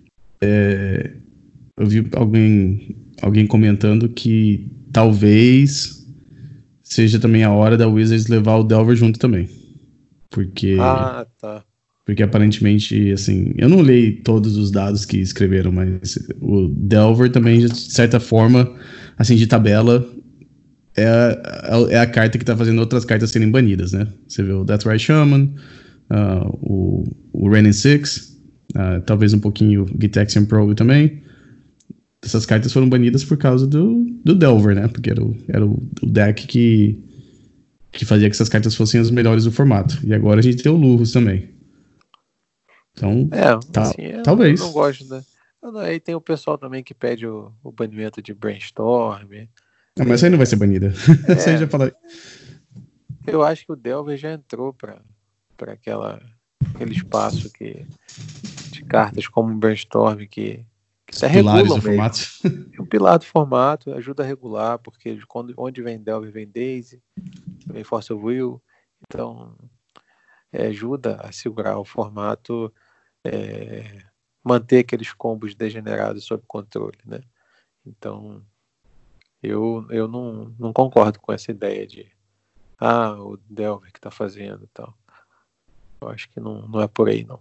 Eu vi alguém comentando que talvez seja também a hora da Wizards levar o Delver junto também. Porque aparentemente, assim, eu não li todos os dados que escreveram, mas o Delver também, de certa forma, assim, de tabela, é a carta que tá fazendo outras cartas serem banidas, né? Você vê o Deathrite Shaman, o Renin 6, talvez um pouquinho o Gitaxian Probe também. Essas cartas foram banidas por causa do Delver, né? Porque era o deck que fazia que essas cartas fossem as melhores do formato. E agora a gente tem o Lurrus também. Então, talvez. Eu não gosto, né? Aí tem o pessoal também que pede o banimento de Brainstorm. Não, mas isso aí não vai ser banida. Isso aí já falei. Eu acho que o Delver já entrou para aquele espaço de cartas como o Brainstorm que regulam mesmo. Formato. É um pilar do formato, ajuda a regular, porque onde vem Delver vem Daisy, vem Force of Will. Então... ajuda a segurar o formato, manter aqueles combos degenerados sob controle, né? Então, eu não concordo com essa ideia de o Delver que está fazendo e tal. Eu acho que não é por aí, não.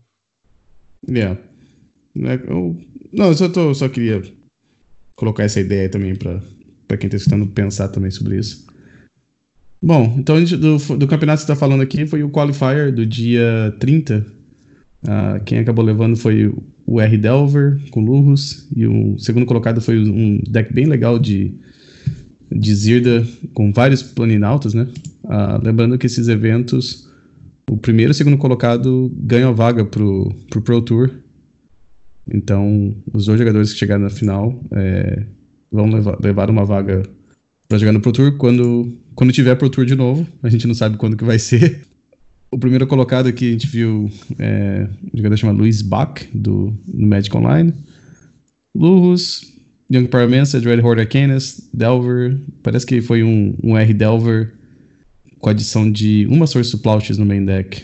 Eu só queria colocar essa ideia também para quem está escutando pensar também sobre isso. Bom, então do campeonato que você está falando aqui foi o Qualifier do dia 30. Quem acabou levando foi o R. Delver com Lurrus, e o segundo colocado foi um deck bem legal de Zirda com vários planinautas, né? Lembrando que esses eventos, o primeiro e o segundo colocado ganham a vaga pro Pro Tour. Então, os dois jogadores que chegaram na final vão levar uma vaga para jogar no Pro Tour quando tiver Pro Tour de novo. A gente não sabe quando que vai ser. O primeiro colocado aqui a gente viu um jogador chamado Luis Bach, no Magic Online. Lurrus, Young Pyromancer, Dread Horde Arcanist, Delver. Parece que foi um R Delver com adição de uma Source of Plowshares no main deck.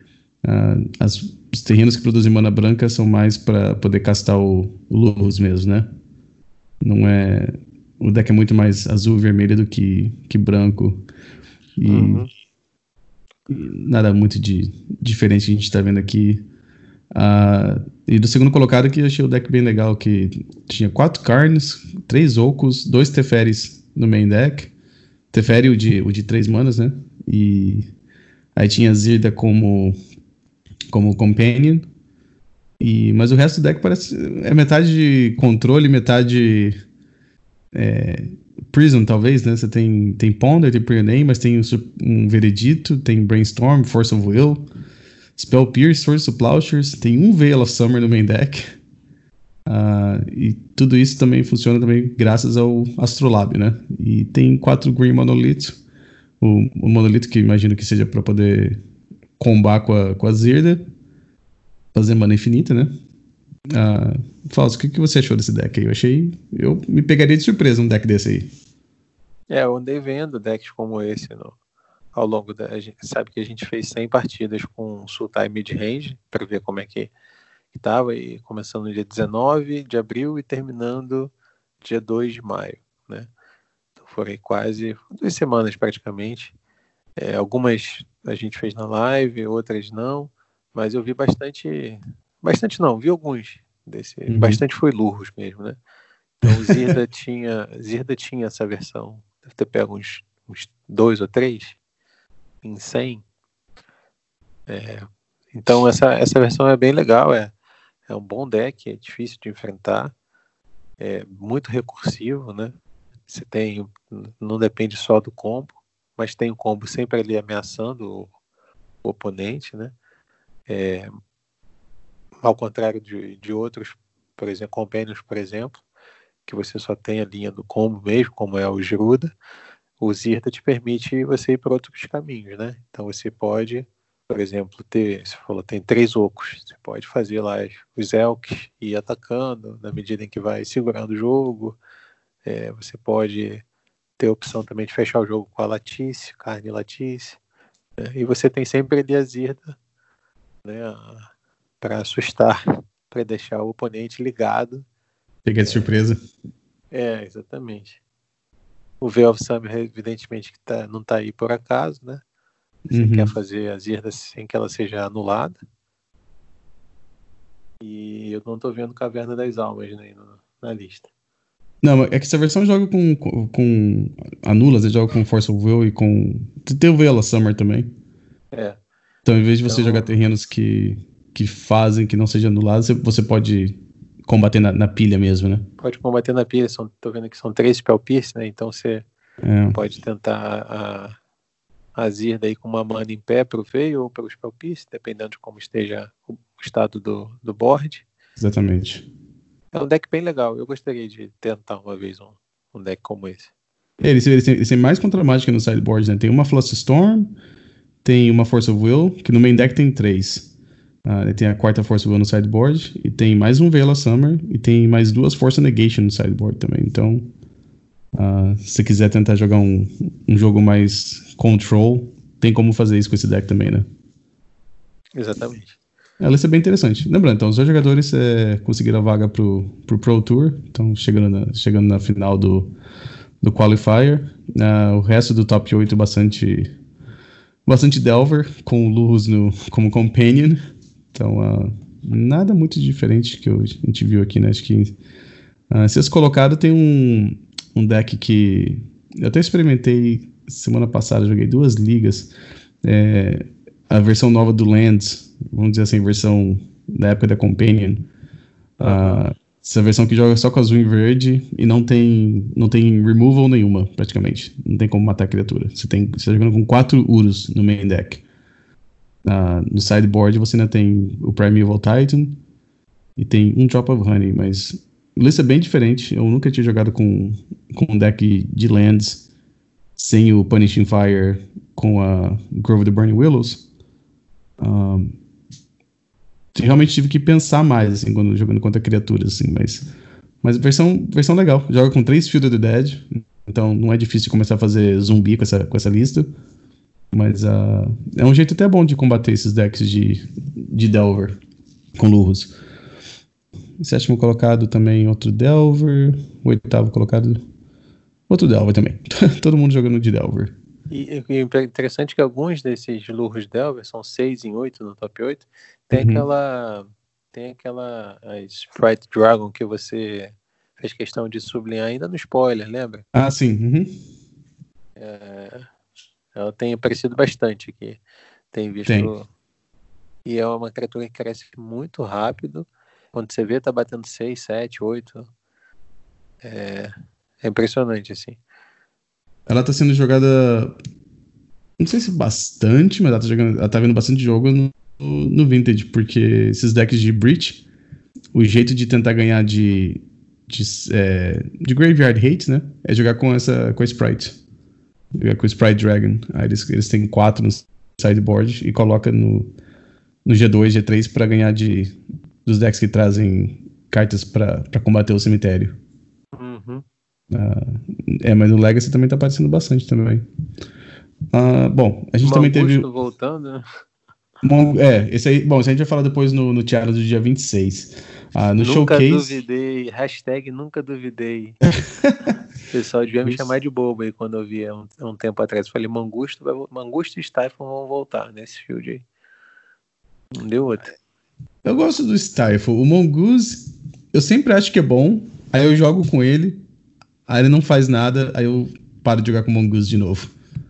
Os terrenos que produzem mana branca são mais para poder castar o Lurrus mesmo, né? Não é... O deck é muito mais azul e vermelho do que branco. E nada muito diferente que a gente está vendo aqui. E do segundo colocado aqui, eu achei o deck bem legal, que tinha 4 Karns, 3 Ocos, 2 Teferis no main deck. Teferi o de 3 manas, né? E aí tinha Zirda como companion. Mas o resto do deck parece... É metade de controle, metade... Prism, talvez, né? Você tem Ponder, tem Preordain, mas tem um Veredito, tem Brainstorm, Force of Will, Spell Pierce, Force of Plowshares, tem um Veil of Summer no main deck. E tudo isso também funciona também graças ao Astrolabe, né? E tem 4 Green Monolith. O Monolito que imagino que seja para poder combar com a Zirda, fazer mana infinita, né? Fausto, o que você achou desse deck aí? Eu me pegaria de surpresa um deck desse aí. Eu andei vendo decks como esse ao longo da... A gente sabe que a gente fez 100 partidas com Sultai Mid-Range para ver como é que estava, e começando no dia 19 de abril e terminando dia 2 de maio, né? Então foram quase 2 semanas praticamente. Algumas a gente fez na live, outras não, mas eu vi bastante não, vi alguns desse, bastante foi Lurros mesmo, né? Então o Zirda tinha essa versão, deve ter pego uns 2 ou 3 em 100. Então essa versão é bem legal, é um bom deck, é difícil de enfrentar, é muito recursivo, né? Você não depende só do combo, mas tem o combo sempre ali ameaçando o oponente, né? Ao contrário de outros, por exemplo, Companions, por exemplo, que você só tem a linha do combo mesmo, como é o Giruda, o Zirda te permite você ir por outros caminhos, né? Então você pode, por exemplo, você falou, tem 3 ocos, você pode fazer lá os Elks e ir atacando na medida em que vai segurando o jogo. Você pode ter a opção também de fechar o jogo com a Latice, Carne Latice, né? E você tem sempre ali a Zirda, né, para assustar, para deixar o oponente ligado. Peguei de surpresa. Exatamente. O Veil of Summer, evidentemente, que não está aí por acaso, né? Você quer fazer a Zirda sem que ela seja anulada. E eu não estou vendo Caverna das Almas, né, na lista. Não, é que essa versão joga com anulas, ele joga com Force of Will e com... Tem o Veil of Summer também. Então, em vez de você jogar terrenos que fazem que não seja anulado, você pode combater na pilha mesmo, né? Pode combater na pilha, tô vendo que são 3 Spell Pierce, né? Então você pode tentar a Zirda aí com uma mana em pé pro Veil ou pro Spell Pierce, dependendo de como esteja o estado do board. Exatamente. É um deck bem legal, eu gostaria de tentar uma vez um deck como esse. Eles têm mais contra-mágica no sideboard, né? Tem uma Flusterstorm, tem uma Force of Will, que no main deck tem 3. Tem a 4ª Force of Will no sideboard, e tem mais um Veil of Summer, e tem mais 2 Force Negation no sideboard também. Então, se você quiser tentar jogar um jogo mais control, tem como fazer isso com esse deck também, né? Exatamente. Ela é bem interessante. Lembrando, então, os 2 jogadores conseguiram a vaga pro Pro Tour, então chegando na final do Qualifier. O resto do top 8 bastante Delver, com o Lurrus como Companion. Então, nada muito diferente que a gente viu aqui, né? Acho que se colocado tem um deck que eu até experimentei semana passada, joguei 2 ligas. A versão nova do Lands, vamos dizer assim, versão da época da Companion. Essa versão que joga só com azul e verde e não tem removal nenhuma, praticamente. Não tem como matar a criatura. Você tá jogando com 4 Urus no main deck. No sideboard você ainda tem o Primeval Titan e tem um Drop of Honey, mas a lista é bem diferente. Eu nunca tinha jogado com um deck de lands sem o Punishing Fire com a Grove of the Burning Willows. Realmente tive que pensar mais, assim, quando jogando contra criaturas, assim, mas versão legal. Joga com 3 Field of the Dead, então não é difícil começar a fazer zumbi com essa lista, mas é um jeito até bom de combater esses decks de Delver com Lurrus. 7º colocado também outro Delver, o 8º colocado outro Delver também. Todo mundo jogando de Delver. E é interessante que alguns desses Lurrus Delver são 6 em 8 no top 8. Tem aquela Sprite Dragon que você fez questão de sublinhar ainda no spoiler, lembra? Ah, sim. Uhum. Ela tem aparecido bastante aqui. Tem visto. Tem. E é uma criatura que cresce muito rápido. Quando você vê, tá batendo 6, 7, 8. É impressionante, assim. Ela tá sendo jogada. Não sei se bastante, mas ela tá vendo bastante jogo no Vintage, porque esses decks de Breach, o jeito de tentar ganhar de Graveyard Hate, né? É jogar com a Sprite. Jogar com o Sprite Dragon. Aí eles têm 4 no sideboard e coloca no G2, G3 pra ganhar dos decks que trazem cartas pra combater o cemitério. Uhum. Mas no Legacy também tá aparecendo bastante também. Bom, a gente Mangusto também teve... voltando, né? Esse aí... Bom, isso a gente vai falar depois no Tiara do dia 26. No Nunca Showcase... duvidei. Hashtag nunca duvidei. O pessoal devia me chamar de bobo aí quando eu vi um tempo atrás. Eu falei, Mangusto e Stifle vão voltar nesse field aí. Não deu outro. Eu gosto do Stifle. O Mongoose, eu sempre acho que é bom. Aí eu jogo com ele. Aí ele não faz nada. Aí eu paro de jogar com o Mongoose de novo.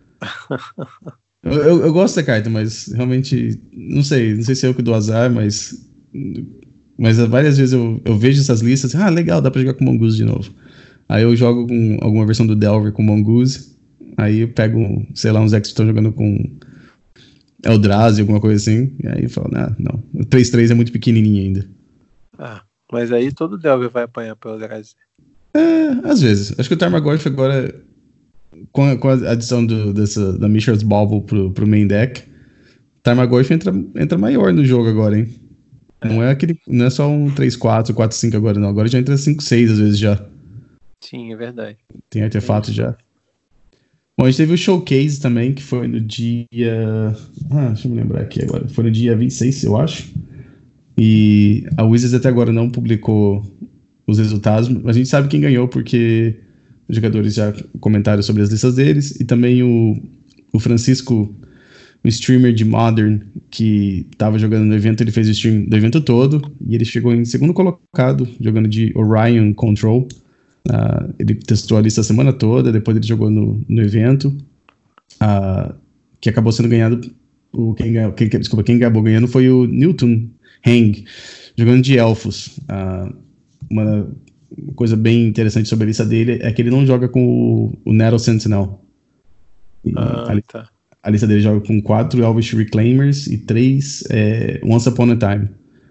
eu gosto da carta, mas realmente... Não sei se é eu que dou azar, mas várias vezes eu vejo essas listas. Legal, dá pra jogar com o Mongoose de novo. Aí eu jogo com alguma versão do Delver com Mongoose. Aí eu pego, sei lá, uns decks que estão jogando com Eldrazi, alguma coisa assim. E aí eu falo, não. O 3-3 é muito pequenininho ainda. Mas aí todo Delver vai apanhar pelo Eldrazi. Às vezes. Acho que o Tarmogoyf agora, com a adição da Mishra's Bauble pro main deck, Tarmogoyf entra maior no jogo agora, hein? Não é só um 3-4, 4-5 agora, não. Agora já entra 5-6 às vezes já. Sim, é verdade. Tem artefato já. Bom, a gente teve o Showcase também, que foi no dia... deixa eu me lembrar aqui agora. Foi no dia 26, eu acho. E a Wizards até agora não publicou os resultados, mas a gente sabe quem ganhou, porque os jogadores já comentaram sobre as listas deles. E também o Francisco, um streamer de Modern, que estava jogando no evento, ele fez o stream do evento todo. E ele chegou em segundo colocado, jogando de Orion Control. Ele testou a lista a semana toda, depois ele jogou no evento, que acabou sendo ganhado. Quem acabou ganhando foi o Newton Heng, jogando de Elfos. Uma coisa bem interessante sobre a lista dele é que ele não joga com o Nettle Sentinel. Tá. A lista dele joga com 4 Elvish Reclaimers e 3 Once Upon a Time.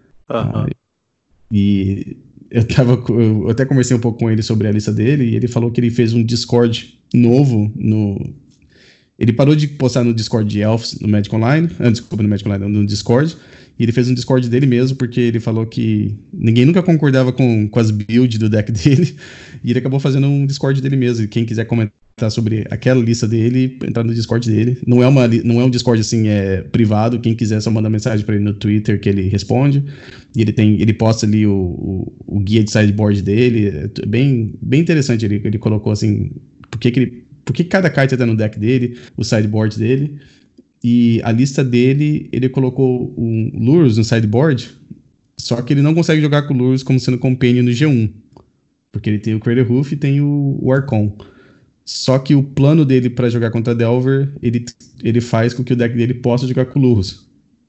E eu até conversei um pouco com ele sobre a lista dele, e ele falou que ele fez um Discord novo ele parou de postar no Discord de Elves no Magic Online, no Magic Online, no Discord, e ele fez um Discord dele mesmo, porque ele falou que ninguém nunca concordava com as builds do deck dele, e ele acabou fazendo um Discord dele mesmo, e quem quiser comentar sobre aquela lista dele, entrar no Discord dele. Não é um Discord assim, privado, quem quiser só manda mensagem para ele no Twitter que ele responde, e ele posta ali o guia de sideboard dele. É bem interessante. Ele colocou assim, por que cada carta tá no deck dele, o sideboard dele, e a lista dele, ele colocou um Lurus no sideboard, só que ele não consegue jogar com o Lurus como sendo companion no G1, porque ele tem o Craterhoof e tem o Archon. Só que o plano dele pra jogar contra Delver, ele faz com que o deck dele possa jogar com o Lurus.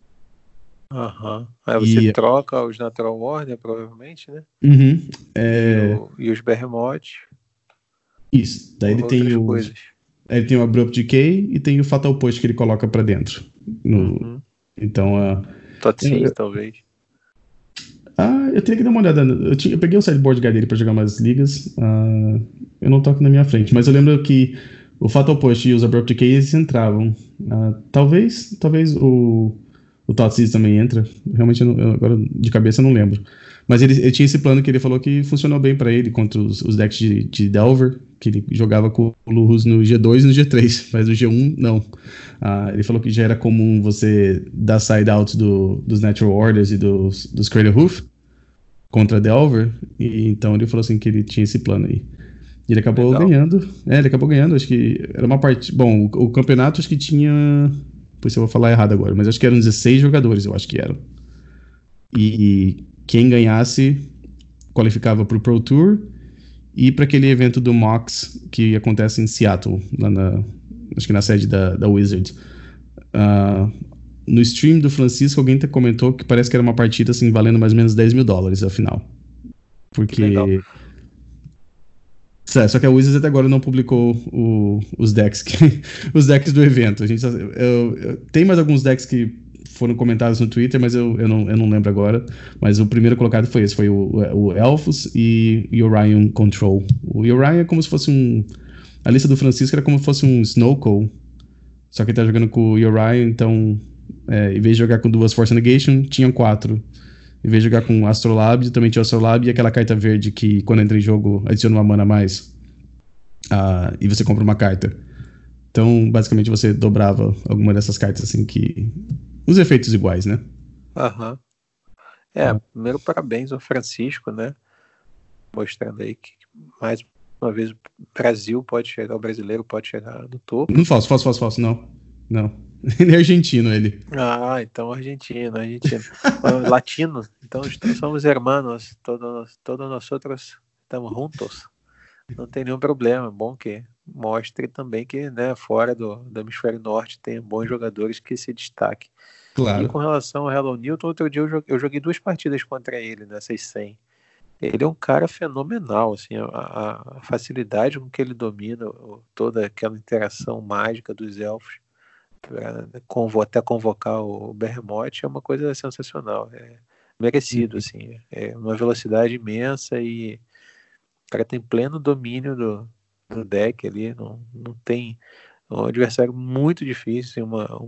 Aí você troca os Natural Order, provavelmente, né? E os Behemoth. Isso. Daí ele tem o Abrupt Decay e tem o Fatal Push que ele coloca pra dentro. Então, Tot 6, talvez. Eu teria que dar uma olhada. Eu peguei o sideboard guide dele pra jogar mais ligas. Eu não toco na minha frente, mas eu lembro que o Fatal Push e os Abrupt Decay eles entravam. Talvez o Tot também entra. Realmente, agora de cabeça eu não lembro. Mas ele tinha esse plano que ele falou que funcionou bem pra ele contra os decks de Delver, que ele jogava com o Lurus no G2 e no G3, mas no G1 não. Ele falou que já era comum você dar side-out dos Natural Orders e dos Craterhoof contra Delver, e então ele falou assim que ele tinha esse plano aí. E ele acabou ganhando. Ele acabou ganhando, acho que era uma parte... Bom, o campeonato acho que tinha... Pois eu vou falar errado agora, mas acho que eram 16 jogadores, eu acho que eram. E quem ganhasse qualificava pro Pro Tour, e para aquele evento do Mox que acontece em Seattle, lá acho que na sede da Wizards. No stream do Francisco, alguém comentou que parece que era uma partida assim, valendo mais ou menos $10 mil, afinal. Porque... Só que a Wizards até agora não publicou os decks os decks do evento. Tem mais alguns decks que foram comentados no Twitter, mas eu não lembro agora. Mas o primeiro colocado foi esse, foi o Elfos e Orion Control. O Orion é como se fosse a lista do Francisco era como se fosse um Snowcall, só que ele tá jogando com o Orion, então em vez de jogar com 2 Force Negation, tinham 4. Em vez de jogar com Astrolabe, também tinha o Astrolabe e aquela carta verde que quando entra em jogo adiciona uma mana a mais. E você compra uma carta. Então, basicamente, você dobrava alguma dessas cartas, assim, que... Os efeitos iguais, né? Aham. Primeiro parabéns ao Francisco, né? Mostrando aí que, mais uma vez, o Brasil pode chegar, o brasileiro pode chegar no topo. Não falso, não. Ele é argentino, ele. Então argentino. Latino. Então somos hermanos, todos nós outros estamos juntos. Não tem nenhum problema. Bom que mostre também que, né, fora do hemisfério norte tem bons jogadores que se destaquem. Claro. E com relação ao Hello Newton, outro dia eu joguei 2 partidas contra ele nessas 100. Ele é um cara fenomenal, assim, a facilidade com que ele domina toda aquela interação mágica dos elfos, até convocar o Behemoth, é uma coisa sensacional, merecido, assim, é uma velocidade imensa e o cara tem pleno domínio do deck ali, não tem um adversário muito difícil,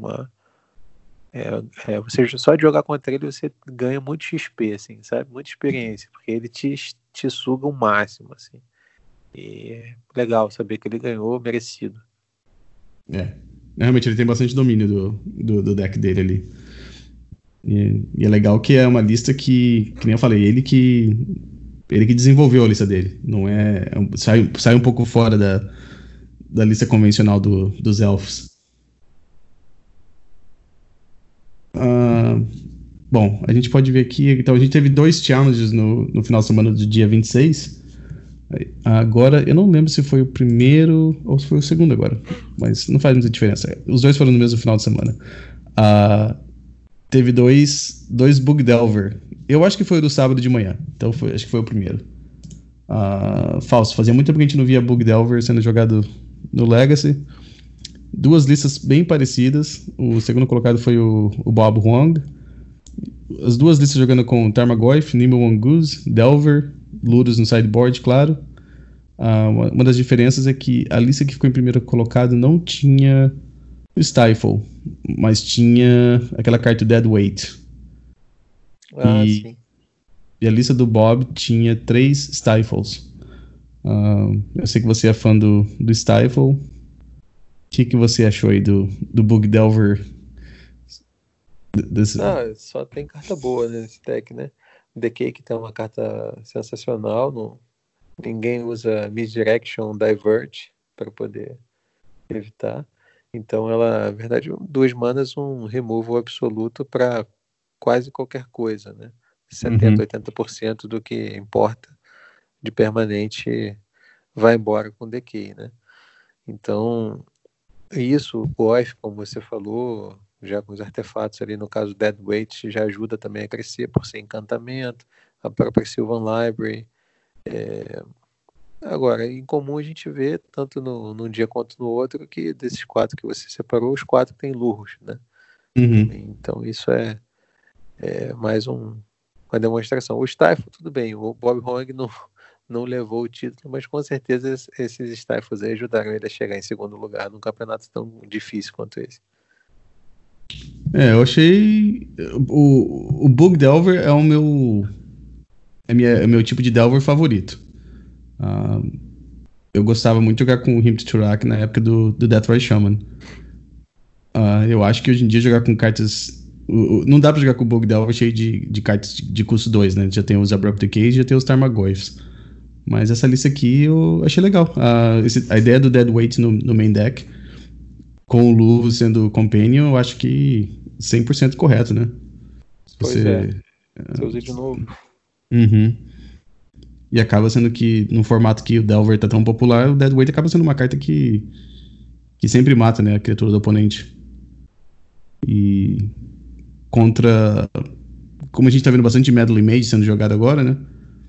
você só de jogar contra ele você ganha muito XP, assim, sabe? Muita experiência, porque ele te suga o máximo, assim. E é legal saber que ele ganhou, merecido. Realmente ele tem bastante domínio do deck dele ali. E é legal que é uma lista que nem eu falei, ele que desenvolveu a lista dele. Não sai um pouco fora da lista convencional dos elfos. Bom, a gente pode ver aqui, então a gente teve 2 challenges no final de semana do dia 26. Agora, eu não lembro se foi o primeiro ou se foi o segundo agora, mas não faz muita diferença. Os 2 foram no mesmo final de semana. Teve 2 Bug Delver. Eu acho que foi o do sábado de manhã, então acho que foi o primeiro. Falso, fazia muito tempo que a gente não via Bug Delver sendo jogado no Legacy. 2 listas bem parecidas. O segundo colocado foi o Bob Huang. As 2 listas jogando com Tarmogoyf, Nimble Mongoose, Delver, Ludus no sideboard, claro. Uma das diferenças é que a lista que ficou em primeiro colocado não tinha o Stifle, mas tinha aquela carta Dead Weight. Sim. E a lista do Bob tinha 3 Stifles. Eu sei que você é fã do Stifle. O que você achou aí do Bug Delver? Só tem carta boa nesse deck, né? The Cake tem uma carta sensacional. Ninguém usa Misdirection Divert para poder evitar. Então ela, na verdade, 2 manas, um removal absoluto para quase qualquer coisa, né? 70-80% do que importa de permanente vai embora com Decay, né? Então, isso, o Goif, como você falou, já com os artefatos ali, no caso Dead Weight, já ajuda também a crescer por ser encantamento, a própria Sylvan Library. Agora, em comum a gente vê, tanto num dia quanto no outro, que desses 4 que você separou, os 4 têm lurros, né? Então isso é mais uma demonstração. O Stifle, tudo bem, o Bob Hong não levou o título, mas com certeza esses Stifles aí ajudaram ele a chegar em segundo lugar num campeonato tão difícil quanto esse. Eu achei... O Bug Delver é o meu tipo de Delver favorito. Eu gostava muito de jogar com o Hymn to Turak na época do Deathrise Shaman. Eu acho que hoje em dia jogar com cartas... Não dá pra jogar com o Bug Delver cheio de cartas de custo 2, né? Já tem os Abrupt Decay e já tem os Tarmogoyfs. Mas essa lista aqui eu achei legal. A ideia do Dead Weight no main deck, com o Lu sendo Companion, eu acho que 100% correto, né? Você usa de novo. E E acaba sendo que, no formato que o Delver tá tão popular, o Deadweight acaba sendo uma carta que sempre mata, né, a criatura do oponente. E contra... Como a gente tá vendo bastante Meddling Mage sendo jogado agora, né?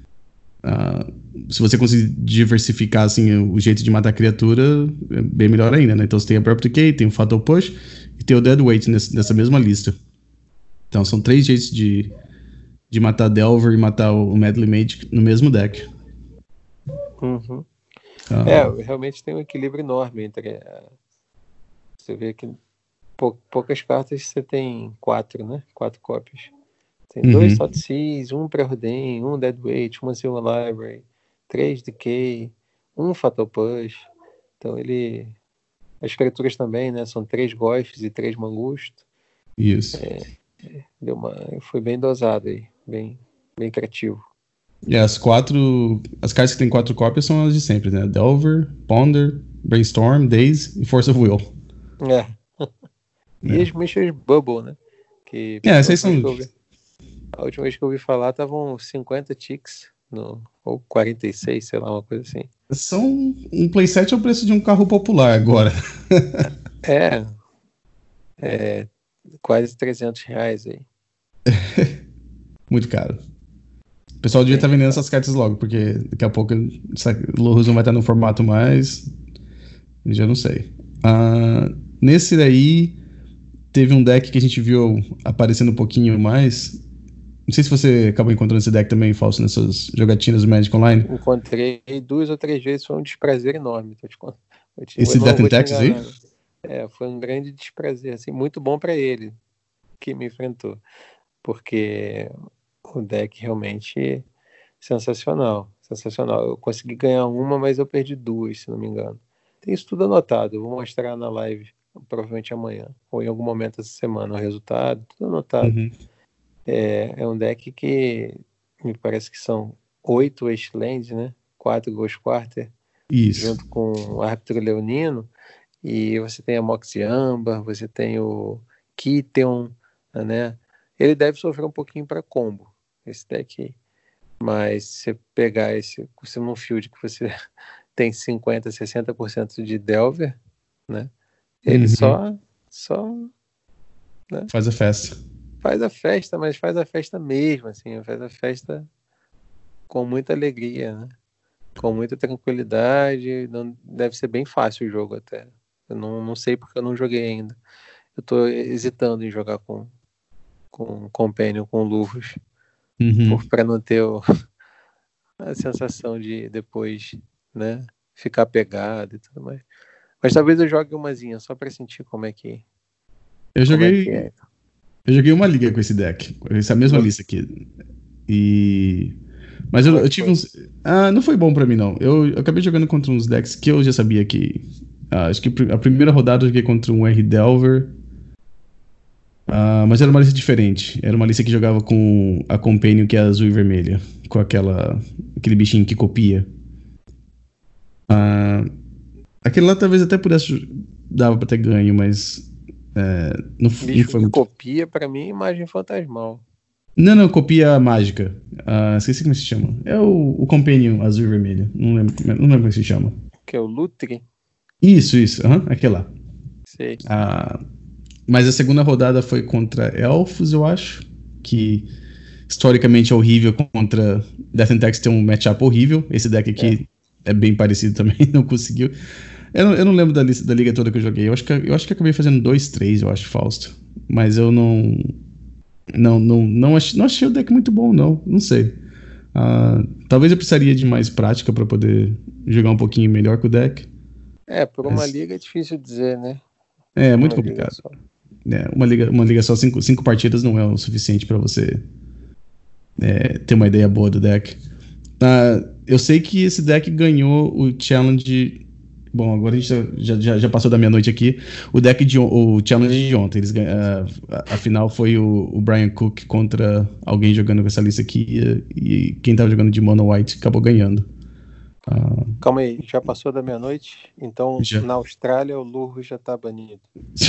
Se você conseguir diversificar assim, o jeito de matar a criatura, é bem melhor ainda, né? Então você tem Abrupt Decay, tem o Fatal Push e tem o Deadweight nessa mesma lista. Então são 3 jeitos de matar Delver e matar o Meddling Mage no mesmo deck. Uhum. Realmente tem um equilíbrio enorme entre... Você vê que poucas cartas você tem 4, né? 4 cópias. Tem 2 Thoughtseize, 1 Preordain, 1 Deadweight, 1 Silver Library, 3 Decay, 1 Fatal Push. Então as criaturas também, né? São 3 Ghosts e 3 Mangusto. Isso. Foi bem dosado aí, bem criativo. E as cartas que tem 4 cópias são as de sempre, né? Delver, Ponder, Brainstorm, Daze e Force of Will. E as Mishra's Bubble, né? Essas são... A última vez que eu ouvi falar, estavam 50 ticks, ou 46, sei lá, uma coisa assim. São um playset ao preço de um carro popular agora. Quase R$300 aí. Muito caro. O pessoal devia estar vendendo essas cartas logo, porque daqui a pouco o Lurrus não vai estar no formato mais. Já não sei. Nesse daí, teve um deck que a gente viu aparecendo um pouquinho mais. Não sei se você acabou encontrando esse deck também, Fausto, nessas jogatinas do Magic Online. Encontrei 2 ou 3 vezes, foi um desprazer enorme. Esse Death and Taxes aí? Foi um grande desprazer, assim, muito bom para ele que me enfrentou, porque o deck realmente sensacional. Eu consegui ganhar uma, mas eu perdi 2, se não me engano. Tem isso tudo anotado, eu vou mostrar na live, provavelmente amanhã, ou em algum momento essa semana, o resultado, tudo anotado. É um deck que me parece que são 8 Wastelands, né? 4 Ghost Quarter, junto com o Árbitro Leonino, e você tem a Moxie Amber, você tem o Kitteon, né? Ele deve sofrer um pouquinho para combo, esse deck aí. Mas se você pegar você num field que você tem 50%, 60% de Delver, né? Ele só né? Faz a festa. Faz a festa, mas faz a festa mesmo, assim, faz a festa com muita alegria, né? Com muita tranquilidade. Não, deve ser bem fácil o jogo até. Eu não sei porque eu não joguei ainda. Eu tô hesitando em jogar com Companion, com Luvos, para não ter a sensação de depois, né, ficar pegado e tudo mais. Mas talvez eu jogue umazinha só para sentir como é que Eu joguei uma liga com esse deck, essa mesma lista aqui. Mas eu tive uns... não foi bom pra mim, não. Eu acabei jogando contra uns decks que eu já sabia que... acho que a primeira rodada eu joguei contra um R-Delver. Mas era uma lista diferente. Era uma lista que jogava com a Companion, que é azul e vermelha. Com aquele bichinho que copia. Aquele lá talvez até pudesse... Dava pra ter ganho, mas... não foi muito... Copia, pra mim, imagem fantasmal. Não, copia mágica. Esqueci como se chama. É o Companion azul e vermelho. Não lembro como se chama. Que é o Lutri? Isso. Aquele lá. Sei. Mas a segunda rodada foi contra Elfos, eu acho. Que historicamente é horrível contra Death and Taxes, tem um matchup horrível. Esse deck aqui é bem parecido também, não conseguiu. Eu não lembro da liga toda que eu joguei. Eu acho que acabei fazendo 2-3, eu acho, Fausto. Mas eu não achei o deck muito bom, não sei. Talvez eu precisaria de mais prática para poder jogar um pouquinho melhor com o deck. Por uma liga é difícil dizer, né? É muito complicado. Uma liga só, 5 partidas não é o suficiente para você ter uma ideia boa do deck. Eu sei que esse deck ganhou o challenge. Bom, agora a gente já passou da meia-noite aqui. O challenge de ontem. A final foi o Brian Cook contra alguém jogando com essa lista aqui. E quem tava jogando de Mono White acabou ganhando. Calma aí, já passou da meia-noite? Então, na Austrália, o Lurro já tá banido.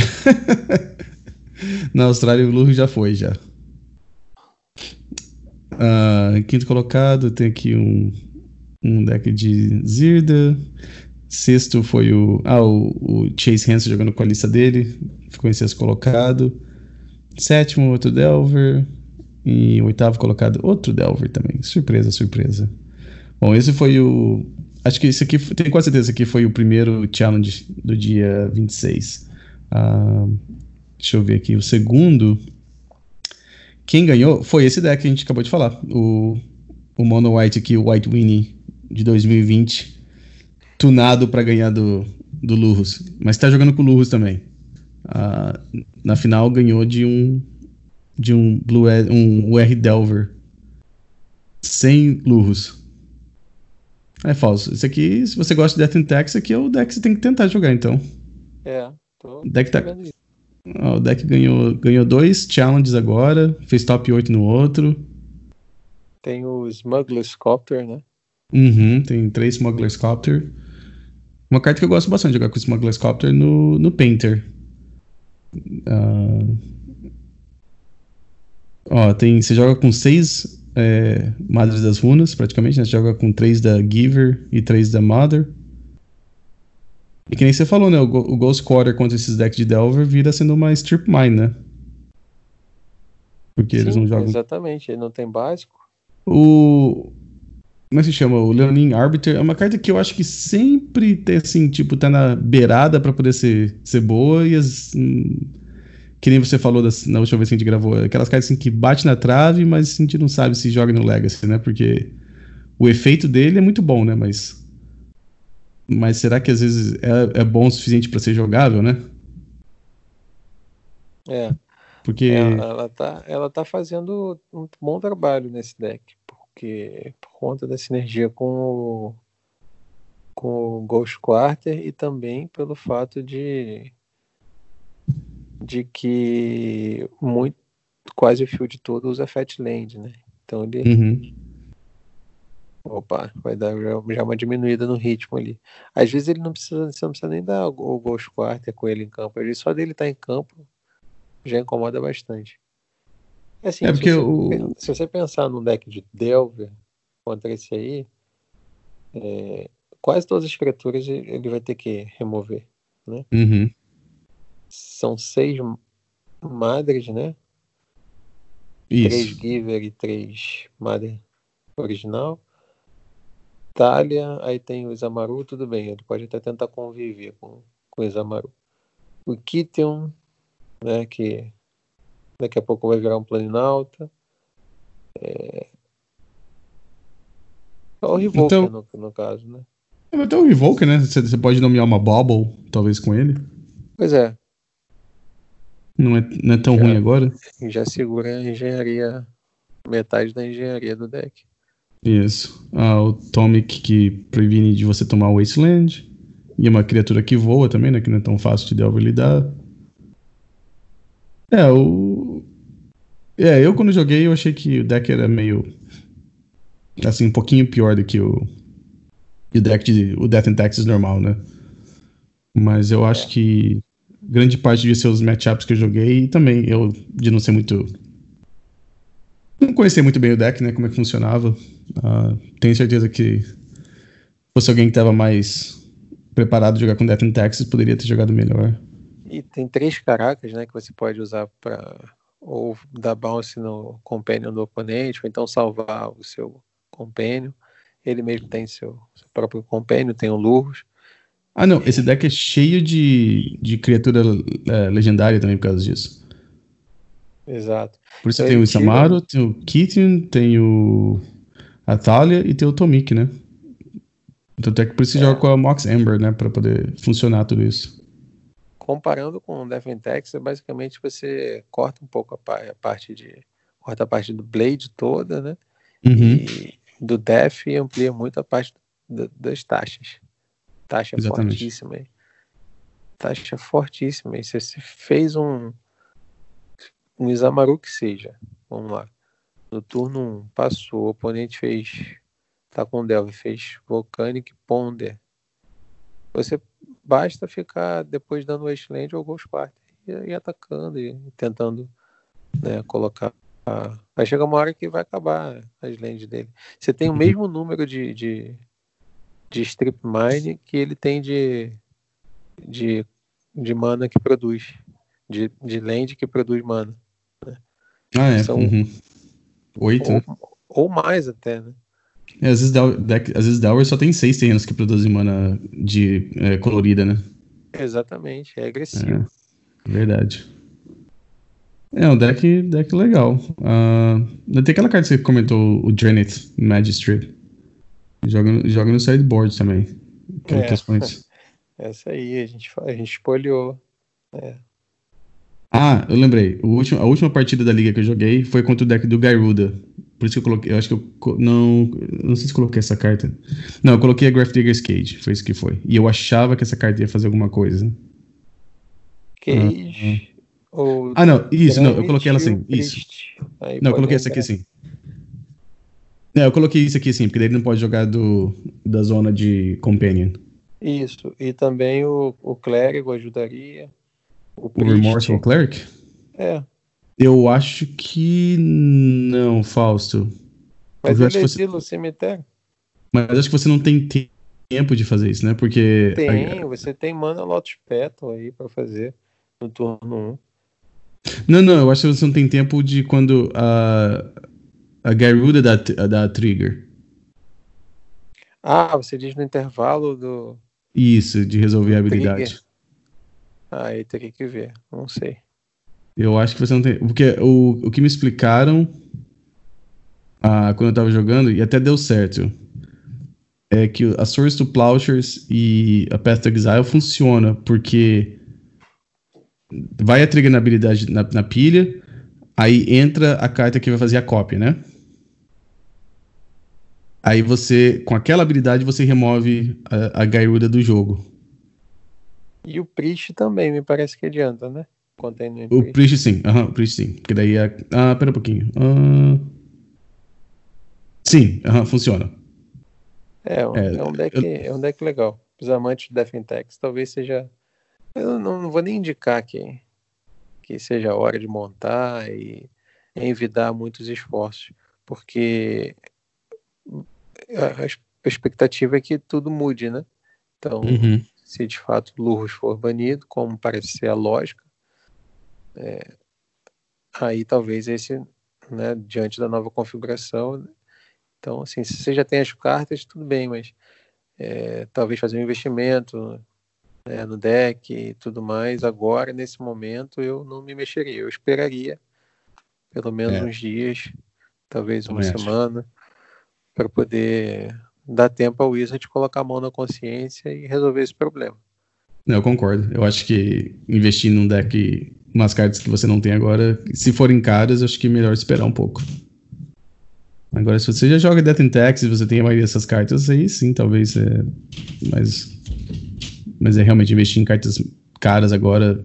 Na Austrália, o Lurro já foi, já. Quinto colocado, tem aqui Um deck de Zirda. Sexto foi o Chase Hansen jogando com a lista dele. Ficou em sexto colocado. Sétimo, outro Delver. E oitavo colocado, outro Delver também. Surpresa, surpresa. Bom, esse foi o. Acho que esse aqui, tenho quase certeza que foi o primeiro challenge do dia 26. Deixa eu ver aqui. O segundo. Quem ganhou foi esse deck que a gente acabou de falar. O Mono White aqui, o White Winnie de 2020. Tunado pra ganhar do Lurrus. Mas tá jogando com o Lurrus também. Na final ganhou de um um UR Delver. Sem Lurrus. É falso. Isso aqui, se você gosta de Death and Tax, aqui é o deck que você tem que tentar jogar, então. Tô O deck, vendo isso. o deck ganhou 2 challenges agora, fez top 8 no outro. Tem o Smuggler's Copter, né? Uhum, tem 3 Smuggler's Copter. Uma carta que eu gosto bastante de jogar com o Smuggler's Copter no Painter. Você joga com 6 Madres das Runas, praticamente, né? Você joga com 3 da Giver e 3 da Mother. E que nem você falou, né? O Ghost Quarter contra esses decks de Delver vira sendo uma Strip Mine, né? Porque eles não jogam. Exatamente, ele não tem básico. Como é que se chama? O Leonin Arbiter é uma carta que eu acho que sempre tem, assim, tipo, tá na beirada pra poder ser boa e que nem você falou na última vez que a gente gravou, aquelas cartas assim que bate na trave, mas a gente não sabe se joga no Legacy, né? Porque o efeito dele é muito bom, né? Mas será que às vezes é bom o suficiente pra ser jogável, né? Porque. Ela tá fazendo um bom trabalho nesse deck, porque por conta da sinergia com o Ghost Quarter e também pelo fato de que quase o field todo usa Fatland, né? Então ele Uhum. vai dar já uma diminuída no ritmo ali. Às vezes ele você não precisa nem dar o Ghost Quarter com ele em campo, às vezes só dele estar em campo já incomoda bastante. Assim, Porque se você pensar num deck de Delver contra esse aí, quase todas as criaturas ele vai ter que remover, né? Uhum. São 6 madres, né? 3 Isso. Giver e 3 Mother original. Thalia, aí tem o Isamaru, tudo bem, ele pode até tentar conviver com o Isamaru. O Kitheon, né, que daqui a pouco vai virar um Planinauta. É o Revolker, Então, no caso, né? até o Revoker, né? Você pode nomear uma Bobble, talvez, com ele. Pois é. Não é tão ruim agora. Já segura a engenharia, metade da engenharia do deck. Isso. O Tomic que previne de você tomar o Wasteland. E é uma criatura que voa também, né? Que não é tão fácil de Delver lidar. Eu quando joguei, eu achei que o deck era meio. Assim, um pouquinho pior do que o deck o Death and Taxes normal, né? Mas eu acho que grande parte de seus matchups que eu joguei e também eu de não ser muito. Não conhecer muito bem o deck, né? Como é que funcionava. Tenho certeza que se fosse alguém que estava mais preparado a jogar com Death and Taxes, poderia ter jogado melhor. E tem 3 caracas, né, que você pode usar para ou dar bounce no companion do oponente, ou então salvar o seu companion. Ele mesmo tem seu próprio companion, tem o Lurrus. Não, esse deck é cheio de criatura legendária também por causa disso. Exato. Por isso Então tem o ele Isamaru, tem o Kitheon, tem a Thalia e tem o Tomic, né? Então até que por isso você joga com a Mox Amber, né? Pra poder funcionar tudo isso. Comparando com o Death and Taxes, basicamente você corta um pouco a parte do Blade toda, né? Uhum. E do Death e amplia muito a parte das taxas. Taxa Exatamente. fortíssima. Hein? Taxa fortíssima. E você fez um Isamaru que seja. Vamos lá. No turno 1, passou. O oponente fez. Tá com Delve, fez Volcanic Ponder. Você basta ficar depois dando Wasteland ou Ghost Quarter e atacando e tentando, né, colocar. Vai chegar uma hora que vai acabar as lands dele. Você tem o mesmo número de de Strip Mine que ele tem de mana que produz. De land que produz mana. Né? Ah, é. São, 8, né? Ou mais até, né? Às vezes Dower só tem 6 terrenos que produzem mana colorida, né? Exatamente, é agressivo. Verdade. É um deck legal. Tem aquela carta que você comentou, o Drenith Magistrate. Joga no sideboard também. Essa aí, a gente espolhou. Eu lembrei. A última partida da liga que eu joguei foi contra o deck do Gyruda. Por isso que eu coloquei. Eu acho que eu não sei se coloquei essa carta. Não, eu coloquei a Grafdigger's Cage. Foi isso que foi. E eu achava que essa carta ia fazer alguma coisa. Cage. Não. Isso, não. Eu coloquei ela assim. Isso. Não, eu coloquei essa aqui assim. Eu coloquei isso aqui assim, porque daí ele não pode jogar da zona de Companion. Isso. E também o Clérigo ajudaria. O Remorseful Cleric? É. Eu acho que não, Fausto. Mas ele exila o cemitério. Mas acho que você não tem tempo de fazer isso, né? Porque... Você tem mana Lotus Petal aí pra fazer no turno 1. Não, eu acho que você não tem tempo de quando a Gyruda dá trigger. Você diz no intervalo do... Isso, de resolver a habilidade. Aí teria que ver, não sei. Eu acho que você não tem... Porque o que me explicaram quando eu tava jogando, e até deu certo, é que a Source to Plowshares e a Path to Exile funciona, porque vai a trigger na habilidade na pilha, aí entra a carta que vai fazer a cópia, né? Aí você, com aquela habilidade, você remove a Gyruda do jogo. E o Priest também, me parece que adianta, né? O Priest sim, o Priest sim. Porque daí pera um pouquinho. Sim, funciona. É um deck legal. Os amantes de Defentex talvez seja... Eu não vou nem indicar que seja a hora de montar e envidar muitos esforços, porque a expectativa é que tudo mude, né? Então, se de fato Lurrus for banido, como parece ser a lógica, aí talvez esse, né, diante da nova configuração, então, assim, se você já tem as cartas, tudo bem, mas talvez fazer um investimento, né, no deck e tudo mais, agora, nesse momento, eu não me mexeria, eu esperaria pelo menos uns dias, talvez uma semana, para poder dar tempo ao Wizard colocar a mão na consciência e resolver esse problema. Eu concordo. Eu acho que investir num deck, umas cartas que você não tem agora, se forem caras, eu acho que é melhor esperar um pouco. Agora, se você já joga Death and Tax e você tem a maioria dessas cartas, aí sim, talvez mas é realmente investir em cartas caras agora,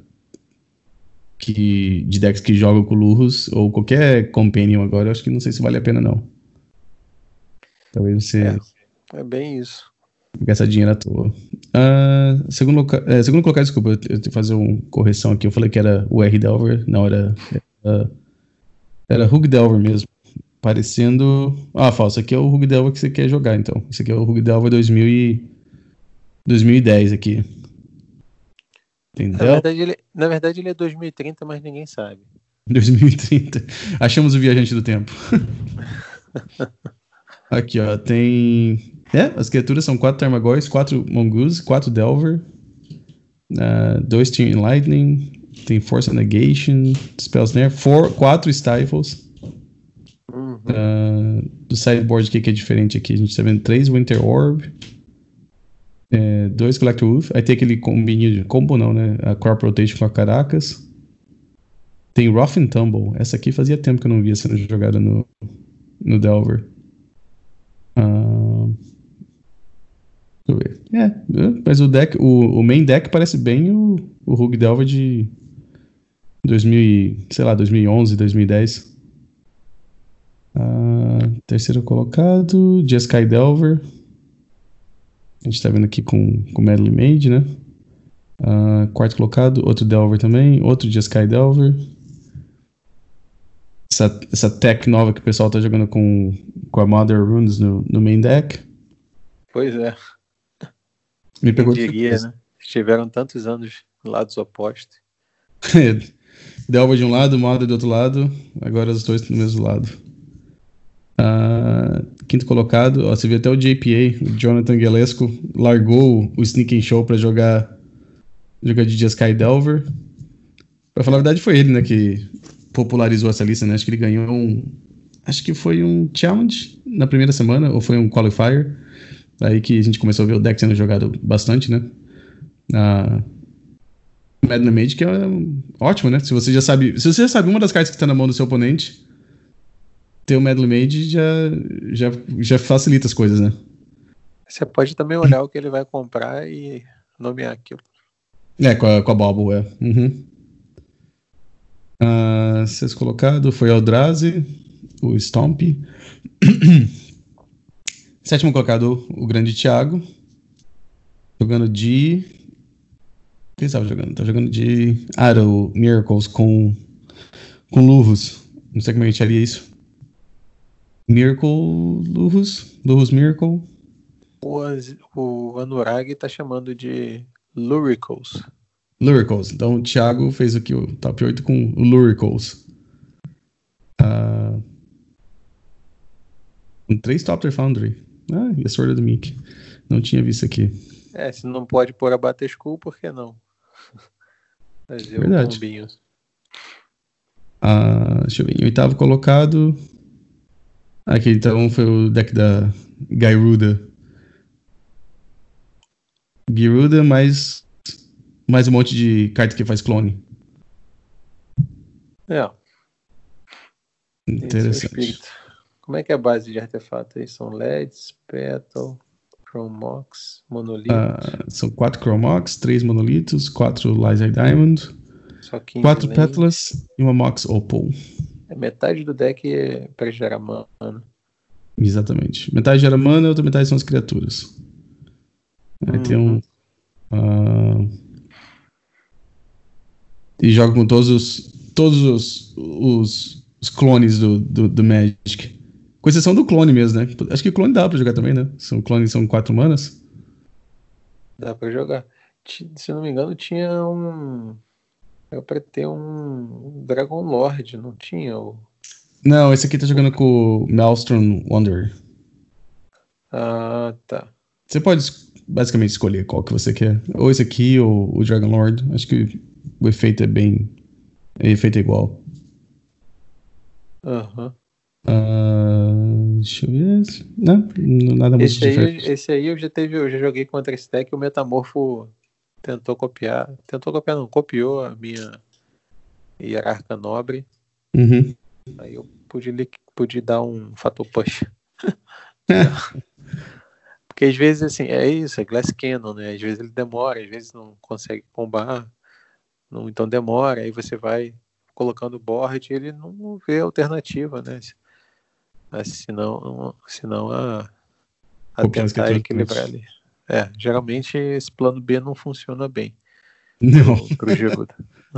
de decks que jogam com Lurrus, ou qualquer Companion agora, eu acho que não sei se vale a pena, não. Talvez você... É bem isso. Gastar dinheiro à toa. Segundo colocado, desculpa, eu tenho que fazer uma correção aqui. Eu falei que era o R Delver, na hora era Hug Delver mesmo. Parecendo... falso, aqui é o Hug Delver que você quer jogar, então. Esse aqui é o Hug Delver 2010 aqui. Entendeu? Na verdade ele é 2030, mas ninguém sabe. 2030. Achamos o viajante do tempo. Aqui, ó, tem... as criaturas são 4 Tarmogoyfs, 4 Mongoose, 4 Delver, 2 Team Lightning, tem Force Negation, Spell Snare, 4 Stifles. Do sideboard, o que é diferente aqui? A gente tá vendo 3 Winter Orb, 2 Collector Wolf, aí tem aquele combo não, né? A Crop Rotation com a Caracas. Tem Rough and Tumble, essa aqui fazia tempo que eu não via sendo jogada no Delver. Deixa eu ver. Mas o deck, o main deck parece bem o Hug Delver de 2011, 2010. Terceiro colocado, Jeskai Delver. A gente tá vendo aqui com Medley Mage, né? Quarto colocado, outro Delver também, outro Jeskai Delver. Essa tech nova que o pessoal tá jogando com a Mother Runes no main deck. Pois é. Me Quem pegou de diria, surpresa. né? Estiveram tantos anos lados opostos. Delva de um lado, Mother do outro lado. Agora os dois no mesmo lado. Quinto colocado, ó, você viu até o JPA, o Jonathan Galesco, largou o Sneaking Show pra jogar de Sky Delver. Pra falar a verdade, foi ele, né, que popularizou essa lista, né? Acho que ele ganhou acho que foi um challenge na primeira semana, ou foi um qualifier. Aí que a gente começou a ver o deck sendo jogado bastante, né? Madden Mage, que é ótimo, né? Se você já sabe uma das cartas que tá na mão do seu oponente, ter o Madden Mage já facilita as coisas, né? Você pode também olhar o que ele vai comprar e nomear aquilo. Com a Bobble, é. Uhum. Sexto colocado foi o Eldrazi, o Stomp. Sétimo colocado, o grande Thiago. Jogando de... Quem estava jogando? Tava jogando de... era o Miracles com Lurrus. Não sei como a gente faria isso. Miracle Lurrus Miracle. O Anurag tá chamando de Luricles. Luricles. Então o Thiago fez aqui o top 8 com o Luricles. Com 3 Topter Foundry. E a Sword of the Meek. Não tinha visto aqui. Se não pode pôr a Bateschool, por que não? Fazer Verdade. o bombinho. Deixa eu ver. Em oitavo colocado. Aqui então foi o deck da Gyruda. Gyruda mais um monte de carta que faz clone. Interessante. Como é que é a base de artefato aí? São LEDs, Petal, Chromox, Monolito. São 4 Chromox, 3 Monolitos, 4 Lyzai Diamond, 4 Petals e uma Mox Opal. Metade do deck é para gerar mana. Exatamente. Metade gera mana, a outra metade são as criaturas. Aí tem e joga com todos os clones do Magic. Com exceção do clone mesmo, né? Acho que clone dá pra jogar também, né? Clones são 4 manas. Dá pra jogar. Se não me engano, tinha era pra ter um Dragon Lord, não tinha? Não, esse aqui tá jogando com o Maelstrom Wanderer. Tá. Você pode basicamente escolher qual que você quer. Ou esse aqui, ou o Dragon Lord. Acho que o efeito é bem... O efeito é igual. Deixa eu ver. Não, nada muito diferente. Esse aí eu já joguei contra esse deck. O Metamorfo copiou a minha Hierarca Nobre. Uhum. Aí eu pude dar um fator push. Porque às vezes assim, é isso, é Glass Cannon, né? Às vezes ele demora, às vezes não consegue combar, então demora, aí você vai colocando board e ele não vê alternativa, né? Senão a tentar equilibrar ali. Geralmente esse plano B não funciona bem. Não. Pro Gyruda.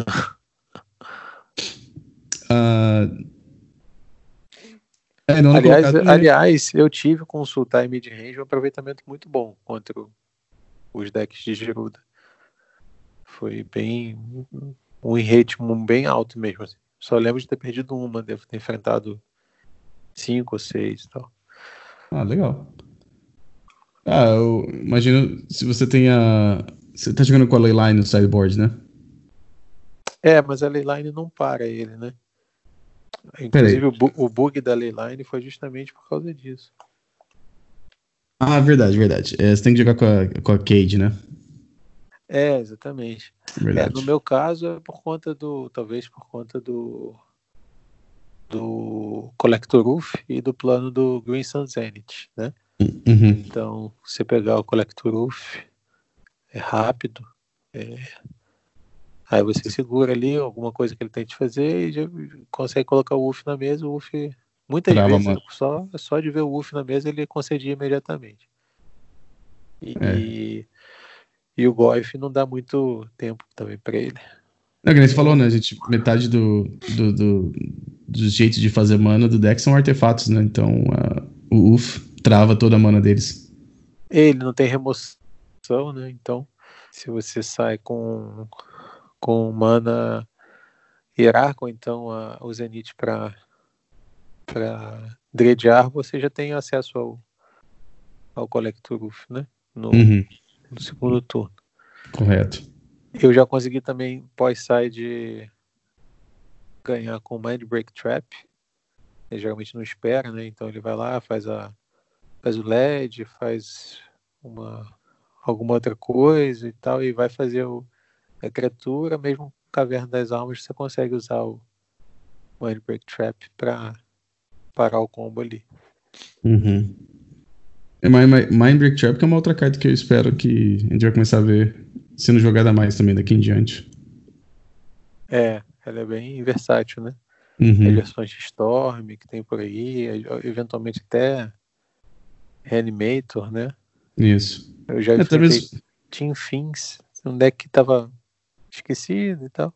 Aliás, eu tive com o Sultai Mid-Range um aproveitamento muito bom contra os decks de Gyruda. Foi bem um rate bem alto mesmo. Assim. Só lembro de ter perdido uma, devo ter enfrentado 5 ou 6 e tal. Legal. Eu imagino se você você tá jogando com a Leyline no sideboard, né? Mas a Leyline não para ele, né? Inclusive o bug da Leyline foi justamente por causa disso. Verdade. Você tem que jogar com a Cade, né? Exatamente. No meu caso, talvez por conta do Collector Roof e do plano do Green Sun Zenith, né? Uhum. Então, você pegar o Collector Roof é rápido, aí você segura ali alguma coisa que ele tente fazer e já consegue colocar o Wolf na mesa. O Wolf, muitas vezes, só de ver o Wolf na mesa, ele concedia imediatamente. E o Goif não dá muito tempo também pra ele. É que nem você falou, né? Metade dos jeitos de fazer mana do deck são artefatos, né? Então o UF trava toda a mana deles. Ele não tem remoção ação, né? Então, se você sai com mana hierarca, ou então o Zenith para dredear, você já tem acesso ao Collect Roof, né? No segundo turno. Correto. Eu já consegui também, pós-side, ganhar com Mind Break Trap. Ele geralmente não espera, né? Então ele vai lá, faz o LED, faz alguma outra coisa e tal, e vai fazer a criatura, mesmo Caverna das Almas, você consegue usar o Mind Break Trap para parar o combo ali. Mind Break Trap, que é uma outra carta que eu espero que a gente vai começar a ver sendo jogada mais também daqui em diante. Ela é bem versátil, né? As versões de Storm que tem por aí, eventualmente até Reanimator, né? Isso. Eu já enfrentei Team Fins, um deck que tava esquecido e tal.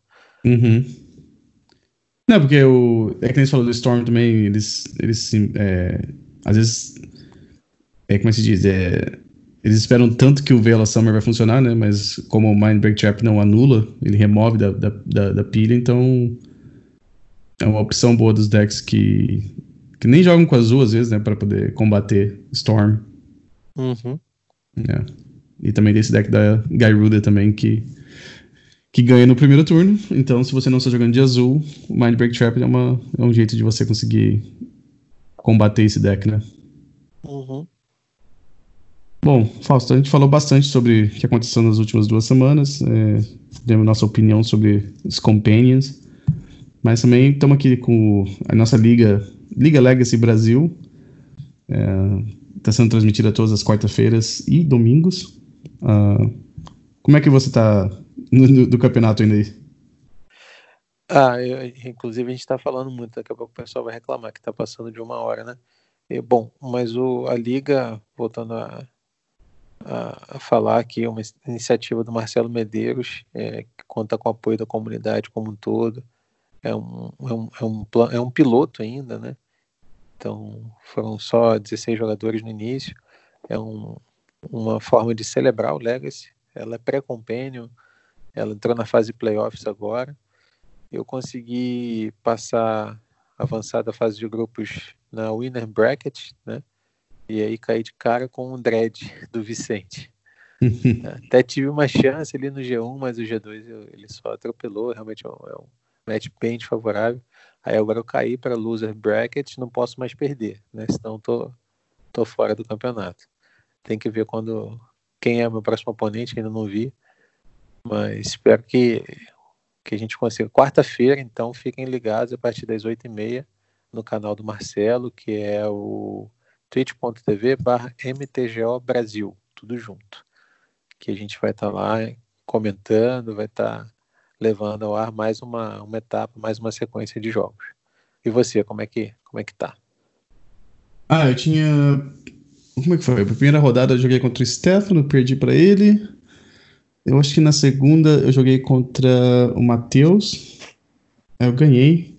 Não, porque é que nem você falou do Storm também, eles às vezes, como se diz, eles esperam tanto que o Veil of Summer vai funcionar, né? Mas como o Mind Break Trap não anula, ele remove da pilha, então é uma opção boa dos decks que nem jogam com azul às vezes, né? Pra poder combater Storm. E também desse deck da Gyruda também, que ganha no primeiro turno. Então, se você não está jogando de azul, o Mind Break Trap é um jeito de você conseguir combater esse deck, né? Bom, Fausto, a gente falou bastante sobre o que aconteceu nas últimas 2 semanas. Demos nossa opinião sobre os Companions. Mas também estamos aqui com a nossa Liga Legacy Brasil. Está sendo transmitida todas as quartas-feiras e domingos. Como é que você está do campeonato ainda aí? Inclusive a gente está falando muito, daqui a pouco o pessoal vai reclamar que está passando de 1 hora, né? Mas a Liga, voltando a falar aqui, uma iniciativa do Marcelo Medeiros, que conta com o apoio da comunidade como um todo. É um piloto ainda, né? Então foram só 16 jogadores no início. É uma forma de celebrar o Legacy. Ela é pré-companion, ela entrou na fase de playoffs agora. Eu consegui avançar da fase de grupos na Winner Bracket, né? E aí caí de cara com um Dread do Vicente. Até tive uma chance ali no G1, mas o G2 ele só atropelou. Realmente é um match bem desfavorável. Aí agora eu caí para Loser Bracket, não posso mais perder, né? Senão tô fora do campeonato. Tem que ver quem é o meu próximo oponente, ainda não vi. Mas espero que a gente consiga. Quarta-feira, então, fiquem ligados a partir das 8h30 no canal do Marcelo, que é o twitch.tv/MTGO Brasil, tudo junto. Que a gente vai estar lá comentando, vai estar levando ao ar mais uma etapa, mais uma sequência de jogos. E você, como é que tá? Eu tinha... Como é que foi? A primeira rodada eu joguei contra o Stefano, perdi pra ele. Eu acho que na segunda eu joguei contra o Matheus. Eu ganhei.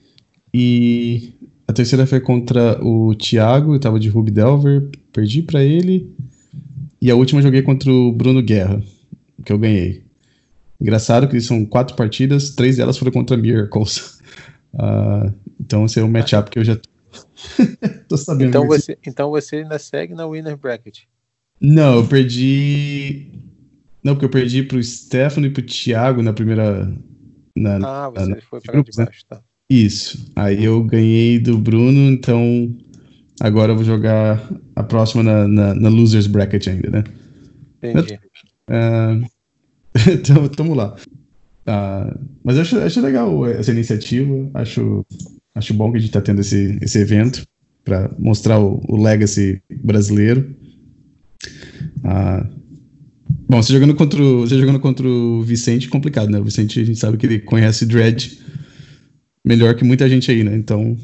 E a terceira foi contra o Thiago, eu tava de Ruby Delver, perdi pra ele. E a última eu joguei contra o Bruno Guerra, que eu ganhei. Engraçado que são 4 partidas, 3 delas foram contra Miracles. Então esse é um matchup que eu já tô sabendo. Então você ainda segue na Winner Bracket? Não, eu perdi... Não, porque eu perdi pro Stefano e pro Thiago na primeira... Você foi para de baixo, tá? Isso. Aí eu ganhei do Bruno, então agora eu vou jogar a próxima na Losers Bracket ainda, né? Entendi. Então, tamo lá. Mas eu acho legal essa iniciativa. Acho bom que a gente tá tendo esse evento para mostrar o legacy brasileiro. Bom, você jogando contra o Vicente, complicado, né? O Vicente, a gente sabe que ele conhece Dread melhor que muita gente aí, né? Então,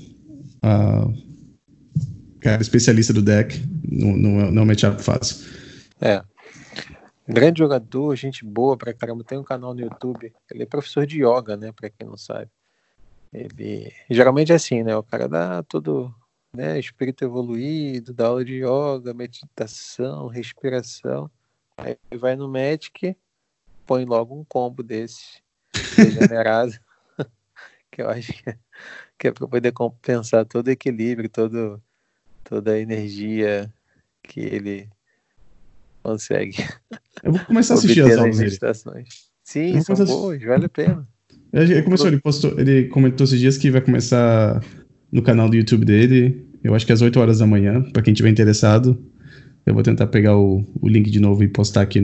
cara, especialista do deck, não é um matchup fácil. Grande jogador, gente boa pra caramba. Tem um canal no YouTube. Ele é professor de yoga, né? Pra quem não sabe. Ele geralmente é assim, né? O cara dá todo, né? Espírito evoluído, dá aula de yoga, meditação, respiração. Aí vai no Magic, põe logo um combo desse regenerado, que eu acho que é para poder compensar todo o equilíbrio, toda a energia que ele consegue Eu vou começar a assistir obter as nas aulas dele. meditações. Eu Sim, vou são começar a boas, vale a pena. Ele comentou esses dias que vai começar no canal do YouTube dele, eu acho que às 8 horas da manhã, pra quem tiver interessado. Eu vou tentar pegar o link de novo e postar aqui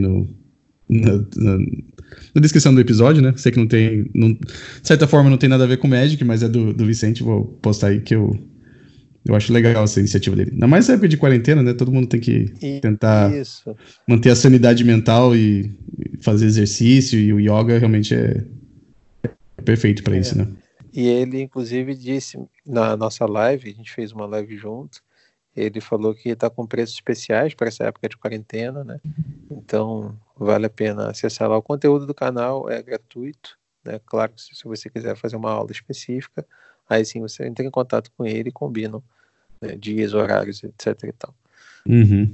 na descrição do episódio, né? Sei que de certa forma não tem nada a ver com Magic, mas é do Vicente, vou postar aí que eu acho legal essa iniciativa dele. Ainda mais na época de quarentena, né? Todo mundo tem que tentar manter a sanidade mental e fazer exercício, e o yoga realmente é perfeito para isso, né? E ele, inclusive, disse na nossa live, a gente fez uma live junto, ele falou que está com preços especiais para essa época de quarentena, né? Então, vale a pena acessar lá. O conteúdo do canal é gratuito, né? Claro que se você quiser fazer uma aula específica, aí sim você entra em contato com ele e combinam, né, dias, horários, etc e tal. Uhum.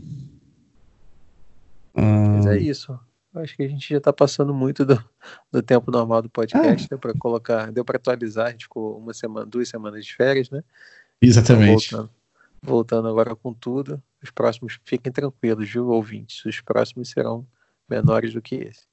Mas é isso. Acho que a gente já está passando muito do tempo normal do podcast. Deu para atualizar. A gente ficou 2 semanas de férias, né? Exatamente. Então, voltando agora com tudo. Os próximos, fiquem tranquilos, viu, ouvintes? Os próximos serão menores do que esse.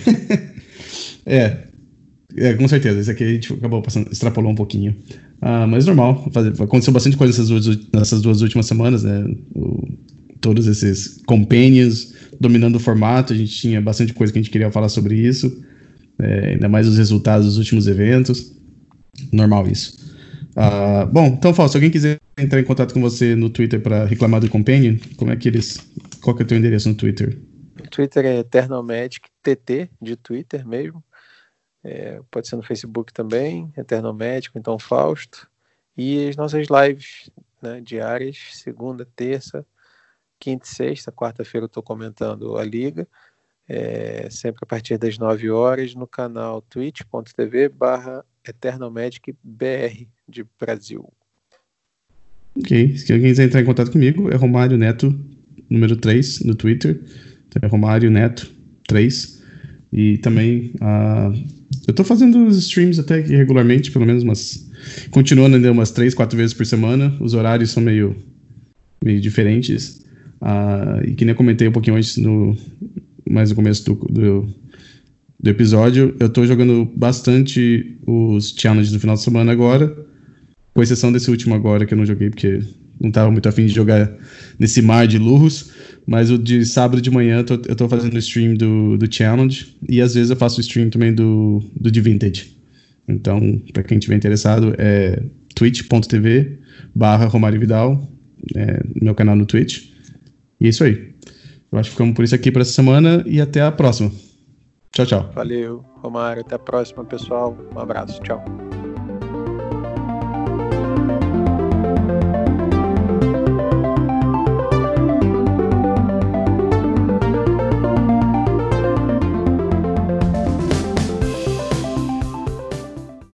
Com certeza. Esse aqui a gente acabou extrapolou um pouquinho. Mas normal. Aconteceu bastante coisa nessas 2 últimas semanas, né? Todos esses companions dominando o formato. A gente tinha bastante coisa que a gente queria falar sobre isso. Ainda mais os resultados dos últimos eventos. Normal isso. Bom, então, Fausto, se alguém quiser entrar em contato com você no Twitter para reclamar do Companion, qual que é o teu endereço no Twitter? O Twitter é EternalMagic TT, de Twitter mesmo. Pode ser no Facebook também, EternalMagic, então Fausto. E as nossas lives, né, diárias, segunda, terça, quinta e sexta. Quarta-feira eu estou comentando a liga, sempre a partir das 9 horas, no canal twitch.tv/EternalMagicBR de Brasil. Ok, se alguém quiser entrar em contato comigo, é Romário Neto, número 3, no Twitter. Então é Romário Neto 3. E também eu tô fazendo os streams até que regularmente, pelo menos continuando ainda umas 3, 4 vezes por semana. Os horários são meio diferentes. E que nem eu comentei um pouquinho antes, mais no começo do episódio, eu tô jogando bastante os challenges do final de semana agora, com exceção desse último agora que eu não joguei porque não tava muito afim de jogar nesse mar de lurros. Mas o de sábado de manhã eu tô fazendo o stream do challenge, e às vezes eu faço o stream também do de Vintage. Então, para quem tiver interessado, é twitch.tv/Romário Vidal, meu canal no Twitch. E é isso aí. Eu acho que ficamos por isso aqui para essa semana, e até a próxima. Tchau, tchau. Valeu, Romário. Até a próxima, pessoal. Um abraço. Tchau.